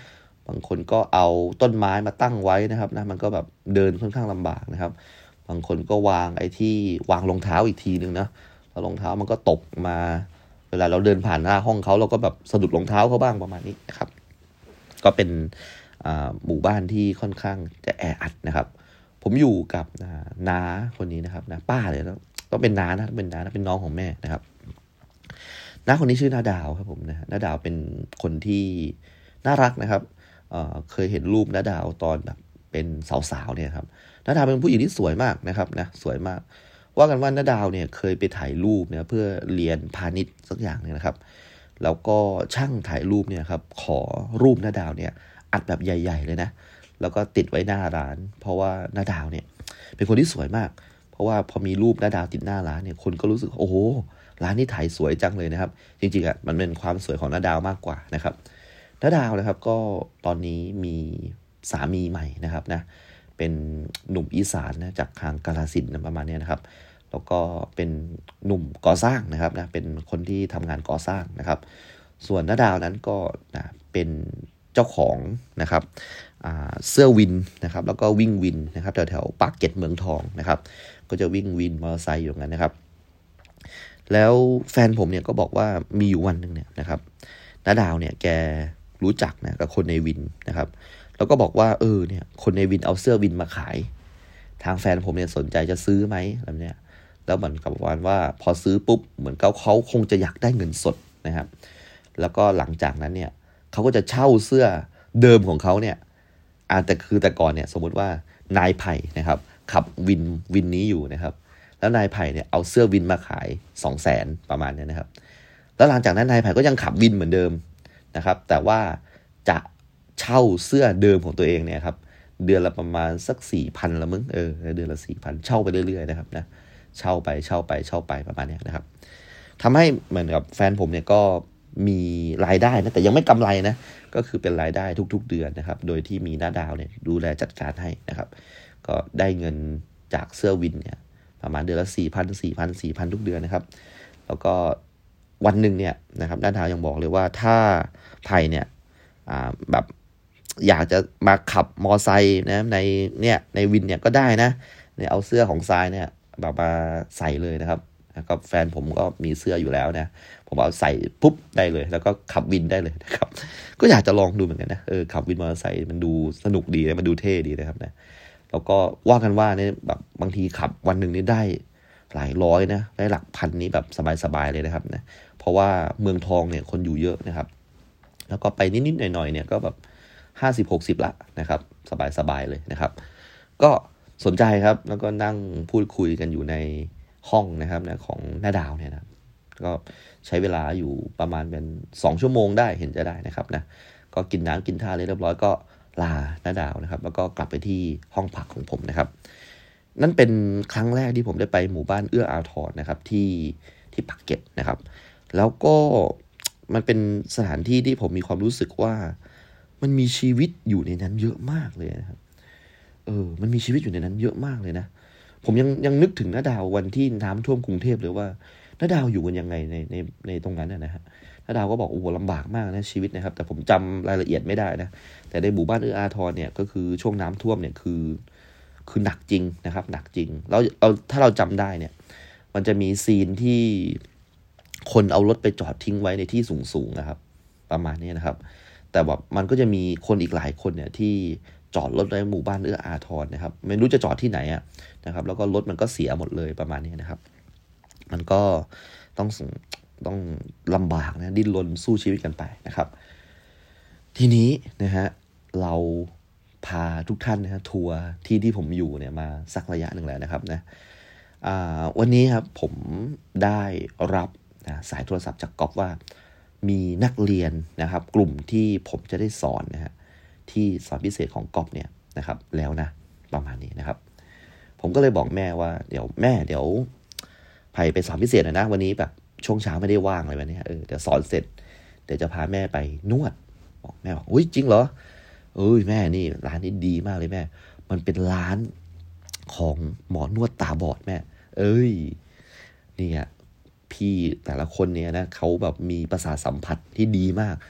บางคนก็เอาต้นไม้มาตั้งไว้นะครับนะมันก็แบบเดินค่อนข้างลำบากนะครับบางคนก็วางไอ้ที่วางรองเท้าอีกทีนึงนะแล้วรองเท้ามันก็ตกมาเวลาเราเดินผ่านหน้าห้องเขาเราก็แบบสะดุดรองเท้าเขาบ้างประมาณนี้นะครับก็เป็นหมู่บ้านที่ค่อนข้างจะแออัดนะครับผมอยู่กับน้าคนนี้นะครับนะป้าเลยแล้วต้องเป็นน้านะเป็นน้านะเป็นน้องของแม่นะครับน้าคนนี้ชื่อน้าดาวครับผมนะน้าดาวเป็นคนที่น่ารักนะครับ เ, เคยเห็นรูปน้าดาวตอนแบบเป็นสาวๆเนี่ยครับน้าดาวเป็นผู้หญิงที่สวยมากนะครับนะสวยมากว่ากันว่าน้าดาวเนี่ยเคยไปถ่ายรูปเนี่ยเพื่อเรียนพาณิชย์สักอย่างนึงนะครับแล้วก็ช่างถ่ายรูปเนี่ยครับขอรูปน้าดาวเนี่ยอัดแบบใหญ่ๆเลยนะแล้วก็ติดไว้หน้าร้านเพราะว่าน้าดาวเนี่ยเป็นคนที่สวยมากเพราะว่าพอมีรูปน้าดาวติดหน้าร้านเนี่ยคนก็รู้สึกโอ้โหร้านนี้ถ่ายสวยจังเลยนะครับจริงๆอ่ะมันเป็นความสวยของน้าดาวมากกว่านะครับน้าดาวนะครับก็ตอนนี้มีสามีใหม่นะครับนะเป็นหนุ่มอีสานนะจากทางกาฬสินธุ์ประมาณนี้นะครับแล้วก็เป็นหนุ่มก่อสร้างนะครับนะเป็นคนที่ทำงานก่อสร้างนะครับส่วนน้าดาวนั้นก็นะเป็นเจ้าของนะครับเสื้อวินนะครับแล้วก็วิ่งวินนะครับแถวแถวปากเกร็ดเมืองทองนะครับก็จะวิ่งวินมอเตอร์ไซค์อยู่งั้นนะครับแล้วแฟนผมเนี่ยก็บอกว่ามีอยู่วันนึงเนี่ยนะครับน้าดาวเนี่ยแกรู้จักนะกับคนในวินนะครับแล้วก็บอกว่าเออเนี่ยคนในวินเอาเสื้อวินมาขายทางแฟนผมเนี่ยสนใจจะซื้อไหมแบบเนี้ยแล้วเหมือนกับว่าพอซื้อปุ๊บเหมือนเขาเขาคงจะอยากได้เงินสดนะครับแล้วก็หลังจากนั้นเนี่ยเขาก็จะเช่าเสื้อเดิมของเขาเนี่ยอ่าแต่คือแต่ก่อนเนี่ยสมมุติว่านายไผ่นะครับขับวินวินนี้อยู่นะครับแล้วนายไผ่เนี่ยเอาเสื้อวินมาขาย สองแสน ประมาณนี้นะครับแล้วหลังจากนั้นนายไผ่ก็ยังขับวินเหมือนเดิมนะครับแต่ว่าจะเช่าเสื้อเดิมของตัวเองเนี่ยครับเดือนละประมาณสัก สี่พัน ละมึงเออเดือนละ สี่พัน เช่าไปเรื่อยๆนะครับนะเช่าไปเช่าไปเช่าไปประมาณนี้นะครับทำให้เหมือนกับแฟนผมเนี่ยก็มีรายได้นะแต่ยังไม่กำไรนะก็คือเป็นรายได้ทุกๆเดือนนะครับโดยที่มีน้าดาวเนี่ยดูแลจัดการให้นะครับก็ได้เงินจากเสื้อวินเนี่ยประมาณเดือนละ สี่พัน สี่พัน สี่พัน ทุกเดือนนะครับแล้วก็วันหนึ่งเนี่ยนะครับน้าดาวยังบอกเลยว่าถ้าไผ่เนี่ยอ่าแบบอยากจะมาขับมอไซค์นะในเนี่ยในวินเนี่ยก็ได้นะเนี่ยเอาเสื้อของทรายเนี่ยแบบมาใส่เลยนะครับก็แฟนผมก็มีเสื้ออยู่แล้วนะผมเอาใส่ปุ๊บได้เลยแล้วก็ขับวินได้เลยนะครับก็อยากจะลองดูเหมือนกันนะเออขับวินมอเตอร์ไซค์มันดูสนุกดีนะมันดูเท่ดีนะครับนะแล้วก็ว่ากันว่าเนี่ยแบบบางทีขับวันหนึ่งนี่ได้หลายร้อยนะได้หลักพันนี้แบบสบายๆเลยนะครับนะเพราะว่าเมืองทองเนี่ยคนอยู่เยอะนะครับแล้วก็ไปนิดๆหน่อยๆเนี่ยก็แบบห้าสิบ หกสิบละนะครับสบายๆเลยนะครับก็สนใจครับแล้วก็นั่งพูดคุยกันอยู่ในห้องนะครับนะของน้าดาวเนี่ยนะก็ใช้เวลาอยู่ประมาณเป็นสองชั่วโมงได้เห็นจะได้นะครับนะก็กินน้ำกินท่าเรียบร้อยก็ลาน้าดาวนะครับแล้วก็กลับไปที่ห้องพักของผมนะครับนั่นเป็นครั้งแรกที่ผมได้ไปหมู่บ้านเอื้ออาทรนะครับที่ที่ปากเกร็ดนะครับแล้วก็มันเป็นสถานที่ที่ผมมีความรู้สึกว่ามันมีชีวิตอยู่ในนั้นเยอะมากเลยนะครับเออมันมีชีวิตอยู่ในนั้นเยอะมากเลยนะผมยังยังนึกถึงน้าดาววันที่น้ำท่วมกรุงเทพเลยว่าน้าดาวอยู่กันยังไงในในในตรงนั้นนะฮะน้าดาวก็บอกโอ้โหลำบากมากนะชีวิตนะครับแต่ผมจำรายละเอียดไม่ได้นะแต่ในหมู่บ้านเอื้ออาทรเนี่ยก็คือช่วงน้ำท่วมเนี่ยคือคือหนักจริงนะครับหนักจริงแล้วเอาถ้าเราจำได้เนี่ยมันจะมีซีนที่คนเอารถไปจอดทิ้งไว้ในที่สูงๆนะครับประมาณนี้นะครับแต่แบบมันก็จะมีคนอีกหลายคนเนี่ยที่จอดรถในหมู่บ้านเอื้ออาทรนะครับไม่รู้จะจอดที่ไหนอ่ะนะครับแล้วก็รถมันก็เสียหมดเลยประมาณนี้นะครับมันก็ต้องต้องลำบากนะดิ้นรนสู้ชีวิตกันไปนะครับทีนี้นะฮะเราพาทุกท่านนะฮะทัวร์ที่ที่ผมอยู่เนี่ยมาสักระยะหนึ่งแล้วนะครับนะอ่าวันนี้ครับผมได้รับนะสายโทรศัพท์จากก๊อฟว่ามีนักเรียนนะครับกลุ่มที่ผมจะได้สอนนะฮะที่สอนพิเศษของก๊อฟเนี่ยนะครับแล้วนะประมาณนี้นะครับผมก็เลยบอกแม่ว่าเดี๋ยวแม่เดี๋ยวไผ่ไปสอนพิเศษนะนะวันนี้แบบช่วงเช้าไม่ได้ว่างเลยวันนี้เออเดี๋ยวสอนเสร็จเดี๋ยวจะพาแม่ไปนวดบอกแม่บอกอุ้ยจริงเหรอเอ้ยแม่นี่ร้านนี้ดีมากเลยแม่มันเป็นร้านของหมอนวดตาบอดแม่เอ้ยเนี่ยพี่แต่ละคนเนี่ยนะเขาแบบมีประสาทสัมผัสที่ดีมาก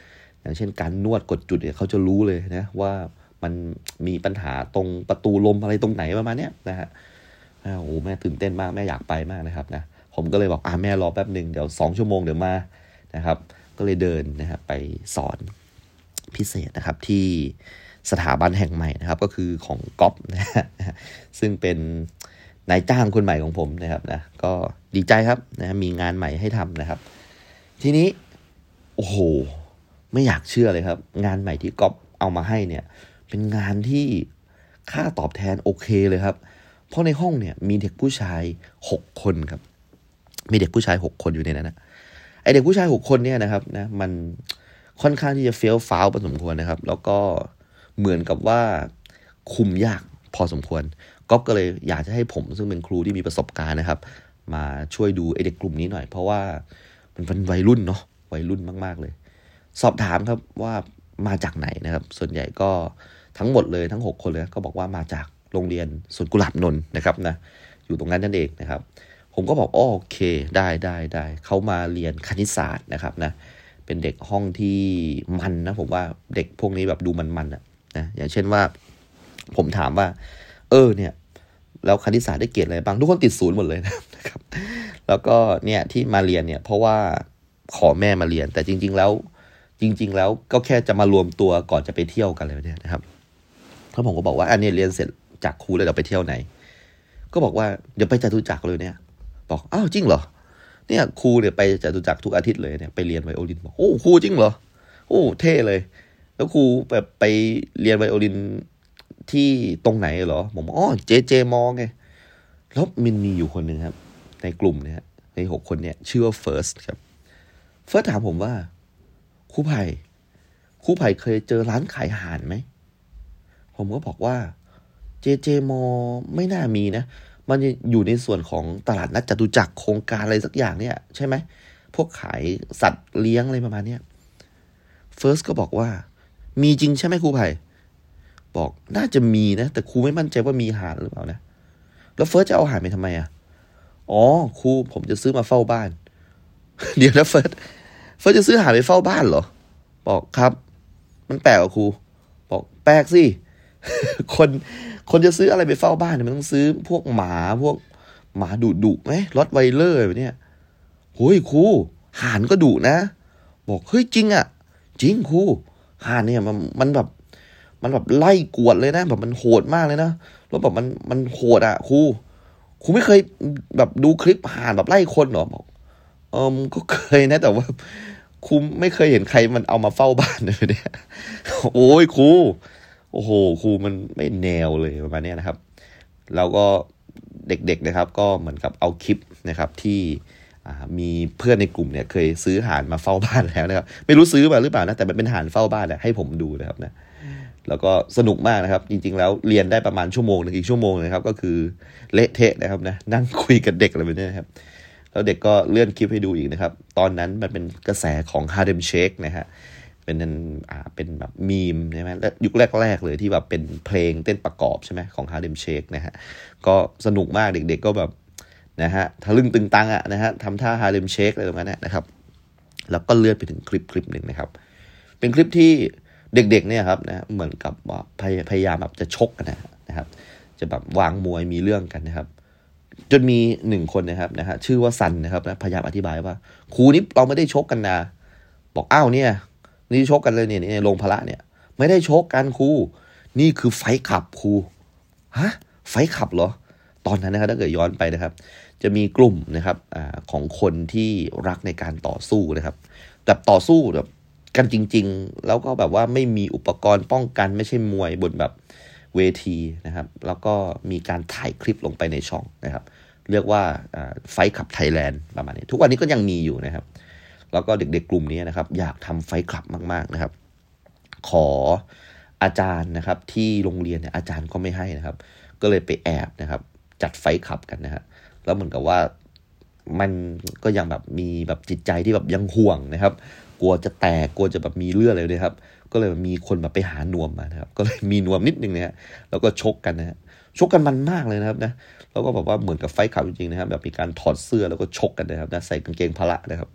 อย่างเช่นการนวดกดจุดเนี่ยเขาจะรู้เลยนะว่ามันมีปัญหาตรงประตูลมอะไรตรงไหนประมาณเนี้ยนะฮะโอ้โหแม่ตื่นเต้นมากแม่อยากไปมากนะครับนะผมก็เลยบอกอ่าแม่รอแป๊บนึงเดี๋ยวสองชั่วโมงเดี๋ยวมานะครับก็เลยเดินนะครับไปสอนพิเศษนะครับที่สถาบันแห่งใหม่นะครับก็คือของก๊อฟนะฮะซึ่งเป็นนายจ้างคนใหม่ของผมนะครับนะก็ดีใจครับนะมีงานใหม่ให้ทำนะครับทีนี้โอ้โหไม่อยากเชื่อเลยครับงานใหม่ที่ก๊อฟเอามาให้เนี่ยเป็นงานที่ค่าตอบแทนโอเคเลยครับเพราะในห้องเนี่ยมีเด็กผู้ชายหกคนครับมีเด็กผู้ชายหกคนอยู่ในนั้นนะไอเด็กผู้ชายหกคนเนี่ยนะครับนะมันค่อนข้างที่จะเฟี้ยวฟ้าวพอสมควรนะครับแล้วก็เหมือนกับว่าคุมยากพอสมควรก๊อฟก็เลยอยากจะให้ผมซึ่งเป็นครูที่มีประสบการณ์นะครับมาช่วยดูไอเด็กกลุ่มนี้หน่อยเพราะว่ามันเป็นวัยรุ่นเนาะวัยรุ่นมากๆเลยสอบถามครับว่ามาจากไหนนะครับส่วนใหญ่ก็ทั้งหมดเลยทั้งหกคนเลยก็บอกว่ามาจากโรงเรียนสวนกุหลาบนนท์นะครับนะอยู่ตรงนั้นนั่นเองนะครับผมก็บอกโอเคได้ได้ได้เขามาเรียนคณิตศาสตร์นะครับนะเป็นเด็กห้องที่มันนะผมว่าเด็กพวกนี้แบบดูมันๆนะนะอย่างเช่นว่าผมถามว่าเออเนี่ยแล้วคณิตศาสตร์ได้เกรดอะไรบ้างทุกคนติดศูนย์หมดเลยนะครับแล้วก็เนี่ยที่มาเรียนเนี่ยเพราะว่าขอแม่มาเรียนแต่จริงๆแล้วจริงๆแล้วก็แค่จะมารวมตัวก่อนจะไปเที่ยวกันเลยเนี่ยนะครับแล้วผมก็บอกว่าอันนี้เรียนเสร็จจากครูแล้วเดี๋ยวไปเที่ยวไหนก็บอกว่าเดี๋ยวไปจตุจักรเลยเนี่ยบอกอ้าวจริงเหรอเนี่ยครูเนี่ยไปจตุจักรทุกอาทิตย์เลยเนี่ยไปเรียนไวโอลินบอกโอ้ครูจริงเหรอโอ้เท่เลยแล้วครูแบบไปเรียนไวโอลินที่ตรงไหนเหรอผมอ๋อเจเจมองไงแล้วมันมีอยู่คนหนึ่งครับในกลุ่มเนี่ยในหกคนเนี่ยชื่อว่าเฟิร์สครับเฟิร์สถามผมว่าครูไผ่ครูไผ่เคยเจอร้านขายอาหารไหมผมก็บอกว่าเจเจมอไม่น่ามีนะมันอยู่ในส่วนของตลาดนัดจตุจักรโครงการอะไรสักอย่างเนี่ยใช่ไหมพวกขายสัตว์เลี้ยงอะไรประมาณเนี้ยเฟิร์สก็บอกว่ามีจริงใช่ไหมครูไผ่บอกน่าจะมีนะแต่ครูไม่มั่นใจว่ามีอาหารหรือเปล่านะแล้วเฟิร์สจะเอาอาหารไปทำไมอ่ะอ๋อครูผมจะซื้อมาเฝ้าบ้าน เดี๋ยวนะเฟิร์สเฟิร์สจะซื้ออาหารไปเฝ้าบ้านเหรอบอกครับมันแปลกอ่ะครูบอกแปลกสิ คนคนจะซื้ออะไรไปเฝ้าบ้านเนี่ยมันต้องซื้อพวกหมาพวกหมาดุดุไหมรอตไวเลอร์แบบเนี้ยโอ้ยครูห่านก็ดุนะบอกเฮ้ยจริงอ่ะจริงครูห่านเนี่ยมันมันแบบมันแบบไล่กวดเลยนะแบบมันโหดมากเลยนะแล้วแบบมันมันโหดอ่ะครูครูไม่เคยแบบดูคลิปห่านแบบไล่คนหรอบอกเออก็เคยนะแต่ว่าครูไม่เคยเห็นใครมันเอามาเฝ้าบ้านเลยเนี่ยโอ้ยครูโอ้โหครูมันไม่แนวเลยประมาณนี้นะครับแล้วก็เด็กๆนะครับก็เหมือนกับเอาคลิปนะครับที่มีเพื่อนในกลุ่มเนี่ยเคยซื้อห่านมาเฝ้าบ้านแล้วนะครับไม่รู้ซื้อมาหรือเปล่านะแต่มันเป็นห่านเฝ้าบ้านแหละให้ผมดูนะครับนะแล้วก็สนุกมากนะครับจริงๆแล้วเรียนได้ประมาณชั่วโมงนึงอีกชั่วโมงนะครับก็คือเละเทะนะครับนะนั่งคุยกับเด็กอะไรแบบนี้นะครับแล้วเด็กก็เลื่อนคลิปให้ดูอีกนะครับตอนนั้นมันเป็นกระแสของ Harlem Shake นะฮะเป็นอ่าเป็นแบบมีมใช่ไหมและยุคแรกๆเลยที่แบบเป็นเพลงเต้นประกอบใช่ไหมของ Harlem Shake นะฮะก็สนุกมากเด็กๆก็แบบนะฮะทะลึ่งตึงตังอ่ะนะฮะทำท่า Harlem Shake อะไรประมาณนี้นะครับแล้วก็เลื่อนไปถึงคลิปคลิปหนึ่งนะครับเป็นคลิปที่เด็กๆเนี่ยครับนะเหมือนกับว่าพยายามแบบจะชกกันนะครับจะแบบวางมวยมีเรื่องกันนะครับจนมีหนึ่งคนนะครับนะฮะชื่อว่าซันนะครับนะพยายามอธิบายว่าครูนี่เราไม่ได้ชกกันนะบอกอ้าวเนี่ยนี่ชกกันเลยเนี่ยในโรงพละเนี่ยไม่ได้ชกกันครูนี่คือไฟขับครูฮะไฟขับเหรอตอนนั้นนะครับถ้าเกิดย้อนไปนะครับจะมีกลุ่มนะครับอ่าของคนที่รักในการต่อสู้นะครับแบบต่อสู้แบบกันจริงๆแล้วก็แบบว่าไม่มีอุปกรณ์ป้องกันไม่ใช่มวยบนแบบเวทีนะครับแล้วก็มีการถ่ายคลิปลงไปในช่องนะครับเรียกว่าไฟท์คลับไทยแลนด์ประมาณนี้ทุกวันนี้ก็ยังมีอยู่นะครับแล้วก็เด็กๆกลุ่มนี้นะครับอยากทำไฟท์คลับมากๆนะครับขออาจารย์นะครับที่โรงเรียนเนี่ยอาจารย์ก็ไม่ให้นะครับก็เลยไปแอบนะครับจัดไฟท์คลับกันนะฮะแล้วเหมือนกับว่ามันก็ยังแบบมีแบบจิตใจที่แบบยังห่วงนะครับกลัวจะแตกกลัวจะแบบมีเลือดอะไรเลยครับก็เลยมีคนแบบไปหานวมมานะครับก็เลยมีนวมนิดนึงนะฮะแล้วก็ชกกันนะฮะชกกันมันมากเลยนะครับนะแล้วก็แบบว่าเหมือนกับไฟท์ขับจริงๆนะครับแบบมีการถอดเสื้อแล้วก็ชกกันนะครับนะใส่กางเกงพละนะครับ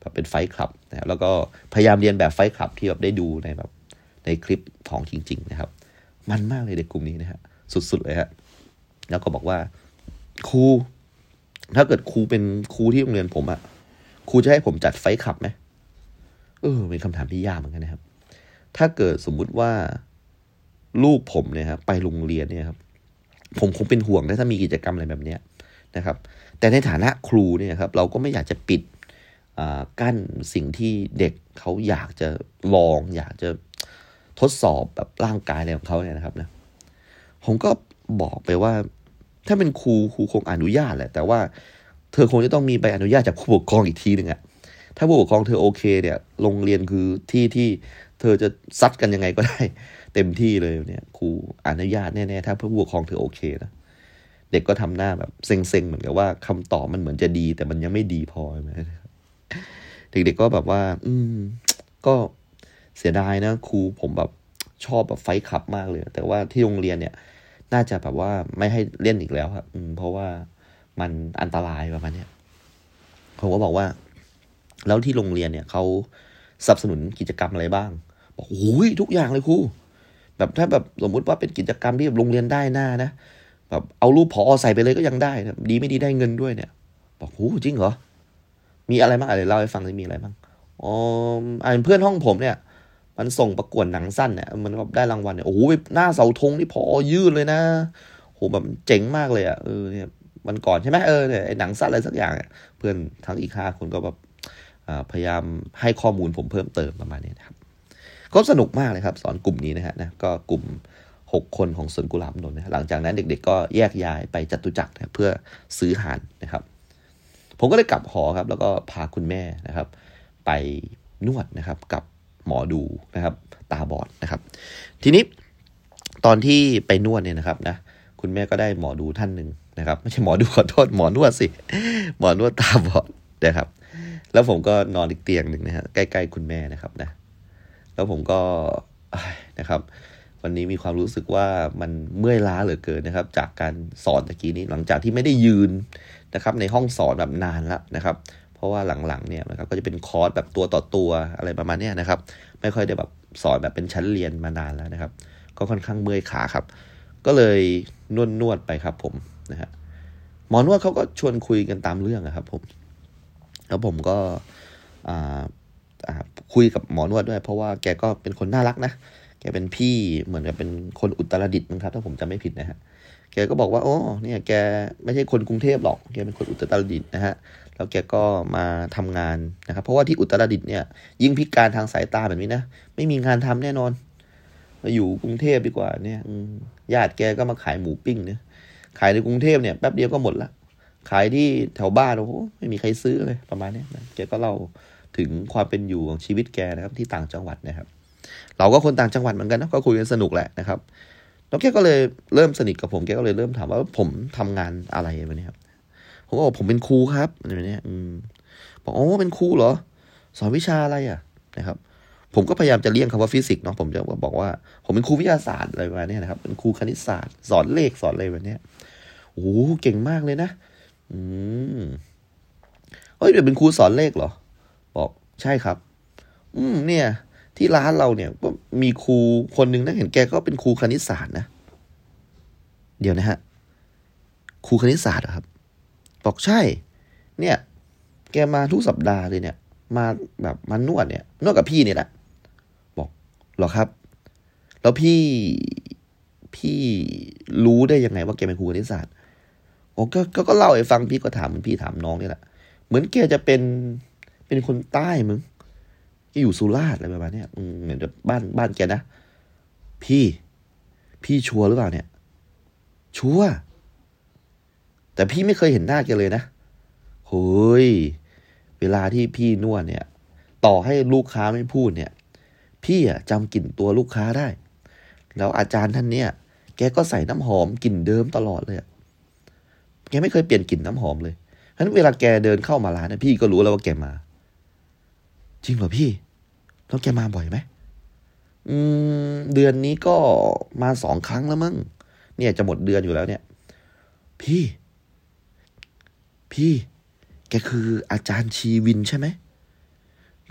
แบบเป็นไฟท์คลับนะครับแล้วก็พยายามเรียนแบบไฟท์คลับที่แบบได้ดูในแบบในคลิปของจริงๆนะครับมันมากเลยเด็กกลุ่มนี้นะฮะสุดๆเลยฮะแล้วก็บอกว่าครูถ้าเกิดครูเป็นครูที่โรงเรียนผมอะครูจะให้ผมจัดไฟท์คลับไหมเออเป็นคำถามที่ยากเหมือนกันนะครับถ้าเกิดสมมุติว่าลูกผมเนี่ยครับไปโรงเรียนเนี่ยครับผมคงเป็นห่วงถ้ามีกิจกรรมอะไรแบบนี้นะครับแต่ในฐานะครูเนี่ยครับเราก็ไม่อยากจะปิดกั้นสิ่งที่เด็กเขาอยากจะลองอยากจะทดสอบแบบร่างกายอะไรของเขาเนี่ยนะครับนะผมก็บอกไปว่าถ้าเป็นครูครูคงอนุญาตแหละแต่ว่าเธอคงจะต้องมีใบอนุญาตจากผู้ปกครองอีกทีหนึ่งอะถ้าผู้ปกครองเธอโอเคเนี่ยโรงเรียนคือที่ที่เธอจะซัดกันยังไงก็ได้เต็มที่เลยเนี่ยครูอนุญาตแน่ๆถ้าผู้ปกครองเธอโอเคนะเด็กก็ทำหน้าแบบเซ็งๆเหมือนกับว่าคำตอบมันเหมือนจะดีแต่มันยังไม่ดีพอใช่ไหมเด็กๆก็แบบว่าอืมก็เสียดายนะครูผมแบบชอบแบบไฟท์คลับมากเลยแต่ว่าที่โรงเรียนเนี่ยน่าจะแบบว่าไม่ให้เล่นอีกแล้วครับอืมเพราะว่ามันอันตรายประมาณนี้ผมก็บอกว่าแล้วที่โรงเรียนเนี่ยเขาสนับสนุนกิจกรรมอะไรบ้างบอกโอ้ยทุกอย่างเลยครูแบบถ้าแบบสมมุติว่าเป็นกิจกรรมที่โรงเรียนได้หน้านะแบบเอารูปผอใส่ไปเลยก็ยังได้นะดีไม่ดีได้เงินด้วยเนี่ยบอกโอ้จริงเหรอมีอะไรบ้างอะไรเล่าให้ฟังได้มีอะไรบ้างอ๋ออ่าเพื่อนห้องผมเนี่ยมันส่งประกวดหนังสั้นเนี่ยมันก็ได้รางวัลเนี่ยโอ้โหหน้าเสาธงนี่ผอยื่นเลยนะโหแบบเจ๋งมากเลยอ่ะเออเนี่ยวันก่อนใช่ไหมเออเนี่ยไอ้หนังสั้นอะไรสักอย่างเนี่ยเพื่อนทั้งอีกห้าคนก็แบบพยายามให้ข้อมูลผมเพิ่มเติมประมาณนี้นะครับก็สนุกมากเลยครับสอนกลุ่มนี้นะฮะนะก็กลุ่มหกคนของสวนกุหลาบนนท์นะหลังจากนั้นเด็กๆก็แยกย้ายไปจตุจักรนะเพื่อซื้ออาหารนะครับผมก็ได้กลับหอครับแล้วก็พาคุณแม่นะครับไปนวดนะครับกับหมอดูนะครับตาบอดนะครับทีนี้ตอนที่ไปนวดเนี่ยนะครับนะคุณแม่ก็ได้หมอดูท่านหนึ่งนะครับไม่ใช่หมอดูขอโทษหมอนวดสิหมอนวดตาบอดนะครับแล้วผมก็นอนอีกเตียงหนึ่งนะฮะใกล้ๆคุณแม่นะครับนะแล้วผมก็นะครับวันนี้มีความรู้สึกว่ามันเมื่อยล้าเหลือเกินนะครับจากการสอนตะกี้นี้หลังจากที่ไม่ได้ยืนนะครับในห้องสอนแบบนานแล้วนะครับเพราะว่าหลังๆเนี่ยนะครับก็จะเป็นคอร์สแบบตัวต่อตัวอะไรประมาณนี้นะครับไม่ค่อยได้แบบสอนแบบเป็นชั้นเรียนมานานแล้วนะครับก็ค่อนข้างเมื่อยขาครับก็เลยนวดนวดไปครับผมนะฮะหมอนวดเขาก็ชวนคุยกันตามเรื่องนะครับผมแล้วผมก็อ่าคุยกับหมอนวดด้วยเพราะว่าแกก็เป็นคนน่ารักนะแกเป็นพี่เหมือนกับเป็นคนอุตรดิตถ์นะครับถ้าผมจำไม่ผิดนะฮะแกก็บอกว่าโอ้เนี่ยแกไม่ใช่คนกรุงเทพหรอกแกเป็นคนอุตรดิตถ์นะฮะแล้วแกก็มาทำงานนะครับเพราะว่าที่อุตรดิตถ์เนี่ยยิ่งพิการทางสายตาแบบนี้นะไม่มีงานทำแน่นอนมาอยู่กรุงเทพดีกว่าเนี่ยญาติแกก็มาขายหมูปิ้งเนี่ยขายในกรุงเทพเนี่ยแป๊บเดียวก็หมดละขายที่แถวบ้านโอ้โหไม่มีใครซื้อเลยประมาณนี้นะแกก็เล่าถึงความเป็นอยู่ของชีวิตแกนะครับที่ต่างจังหวัดนะครับเราก็คนต่างจังหวัดเหมือนกันนะก็คุยกันสนุกแหละนะครับแล้วแกก็เลยเริ่มสนิทกับผมแกก็เลยเริ่มถามว่าผมทำงานอะไรแบบนี้ครับผมก็บอกผมเป็นครูครับอะไรแบบนี้อืมบอกโอ้เป็นครูเหรอสอนวิชาอะไรอ่ะนะครับผมก็พยายามจะเลี่ยงคำว่าฟิสิกส์เนาะผมจะบอกว่าผมเป็นครูวิทยาศาสตร์อะไรประมาณนี้นะครับเป็นครูคณิตศาสตร์สอนเลขสอนอะไรแบบนี้โอ้เก่งมากเลยนะอืมเฮ้ยเป็นครูสอนเลขเหรอบอกใช่ครับอืมเนี่ยที่ร้านเราเนี่ยก็มีครูคนหนึ่งนะเห็นแกก็เป็นครูคณิตศาสตร์นะเดี๋ยวนะฮะครูคณิตศาสตร์ครับบอกใช่เนี่ยแกมาทุกสัปดาห์เลยเนี่ยมาแบบมานวดเนี่ยนวดกับพี่เนี่ยแหละบอกเหรอครับแล้วพี่พี่รู้ได้ยังไงว่าแกเป็นครูคณิตศาสตร์โอ้ก็ก็ก็เล่าให้ฟังพี่ก็ถามเหมือนพี่ถามน้องนี่แหละเหมือนแกจะเป็นเป็นคนใต้มึงแกอยู่สุราษฎร์อะไรประมาณนี้อืมเหมือนแบบบ้านบ้านแกนะพี่พี่ชัวร์หรือเปล่าเนี่ยชัวร์แต่พี่ไม่เคยเห็นหน้าแกเลยนะเฮ้ยเวลาที่พี่นวดเนี่ยต่อให้ลูกค้าไม่พูดเนี่ยพี่อะจำกลิ่นตัวลูกค้าได้แล้วอาจารย์ท่านเนี่ยแกก็ใส่น้ำหอมกลิ่นเดิมตลอดเลยแกไม่เคยเปลี่ยนกลิ่นน้ำหอมเลยฉะนั้นเวลาแกเดินเข้ามาร้านนะพี่ก็รู้แล้วว่าแกมาจริงเหรอพี่แล้วแกมาบ่อยไหมอืมเดือนนี้ก็มาสองครั้งแล้วมั้งเนี่ยจะหมดเดือนอยู่แล้วเนี่ยพี่พี่แกคืออาจารย์ชีวินใช่ไหม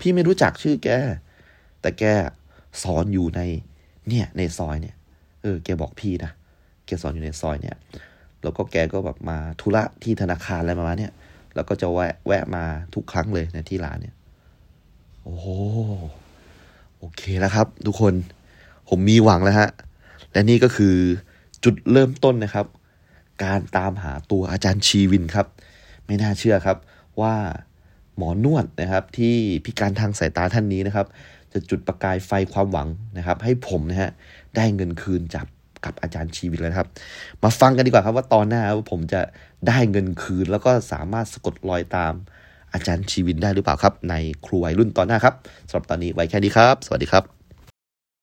พี่ไม่รู้จักชื่อแกแต่แกสอนอยู่ในเนี่ยในซอยเนี่ยเออแกบอกพี่นะแกสอนอยู่ในซอยเนี่ยแล้วก็แกก็แบบมาธุระที่ธนาคารอะไรประมาณเนี้ยแล้วก็จะแวะแวะมาทุกครั้งเลยในที่ร้านเนี่ยโอ้โหโอเคแล้วครับทุกคนผมมีหวังแล้วฮะและนี่ก็คือจุดเริ่มต้นนะครับการตามหาตัวอาจารย์ชีวินครับไม่น่าเชื่อครับว่าหมอนวดนะครับที่พิการทางสายตาท่านนี้นะครับจะจุดประกายไฟความหวังนะครับให้ผมนะฮะได้เงินคืนจากกับอาจารย์ชีวินแล้วครับมาฟังกันดีกว่าครับว่าตอนหน้าว่าผมจะได้เงินคืนแล้วก็สามารถสะกดรอยตามอาจารย์ชีวินได้หรือเปล่าครับในครูวัยรุ่นตอนหน้าครับสำหรับตอนนี้ไว้แค่นี้ครับสวัสดีครับ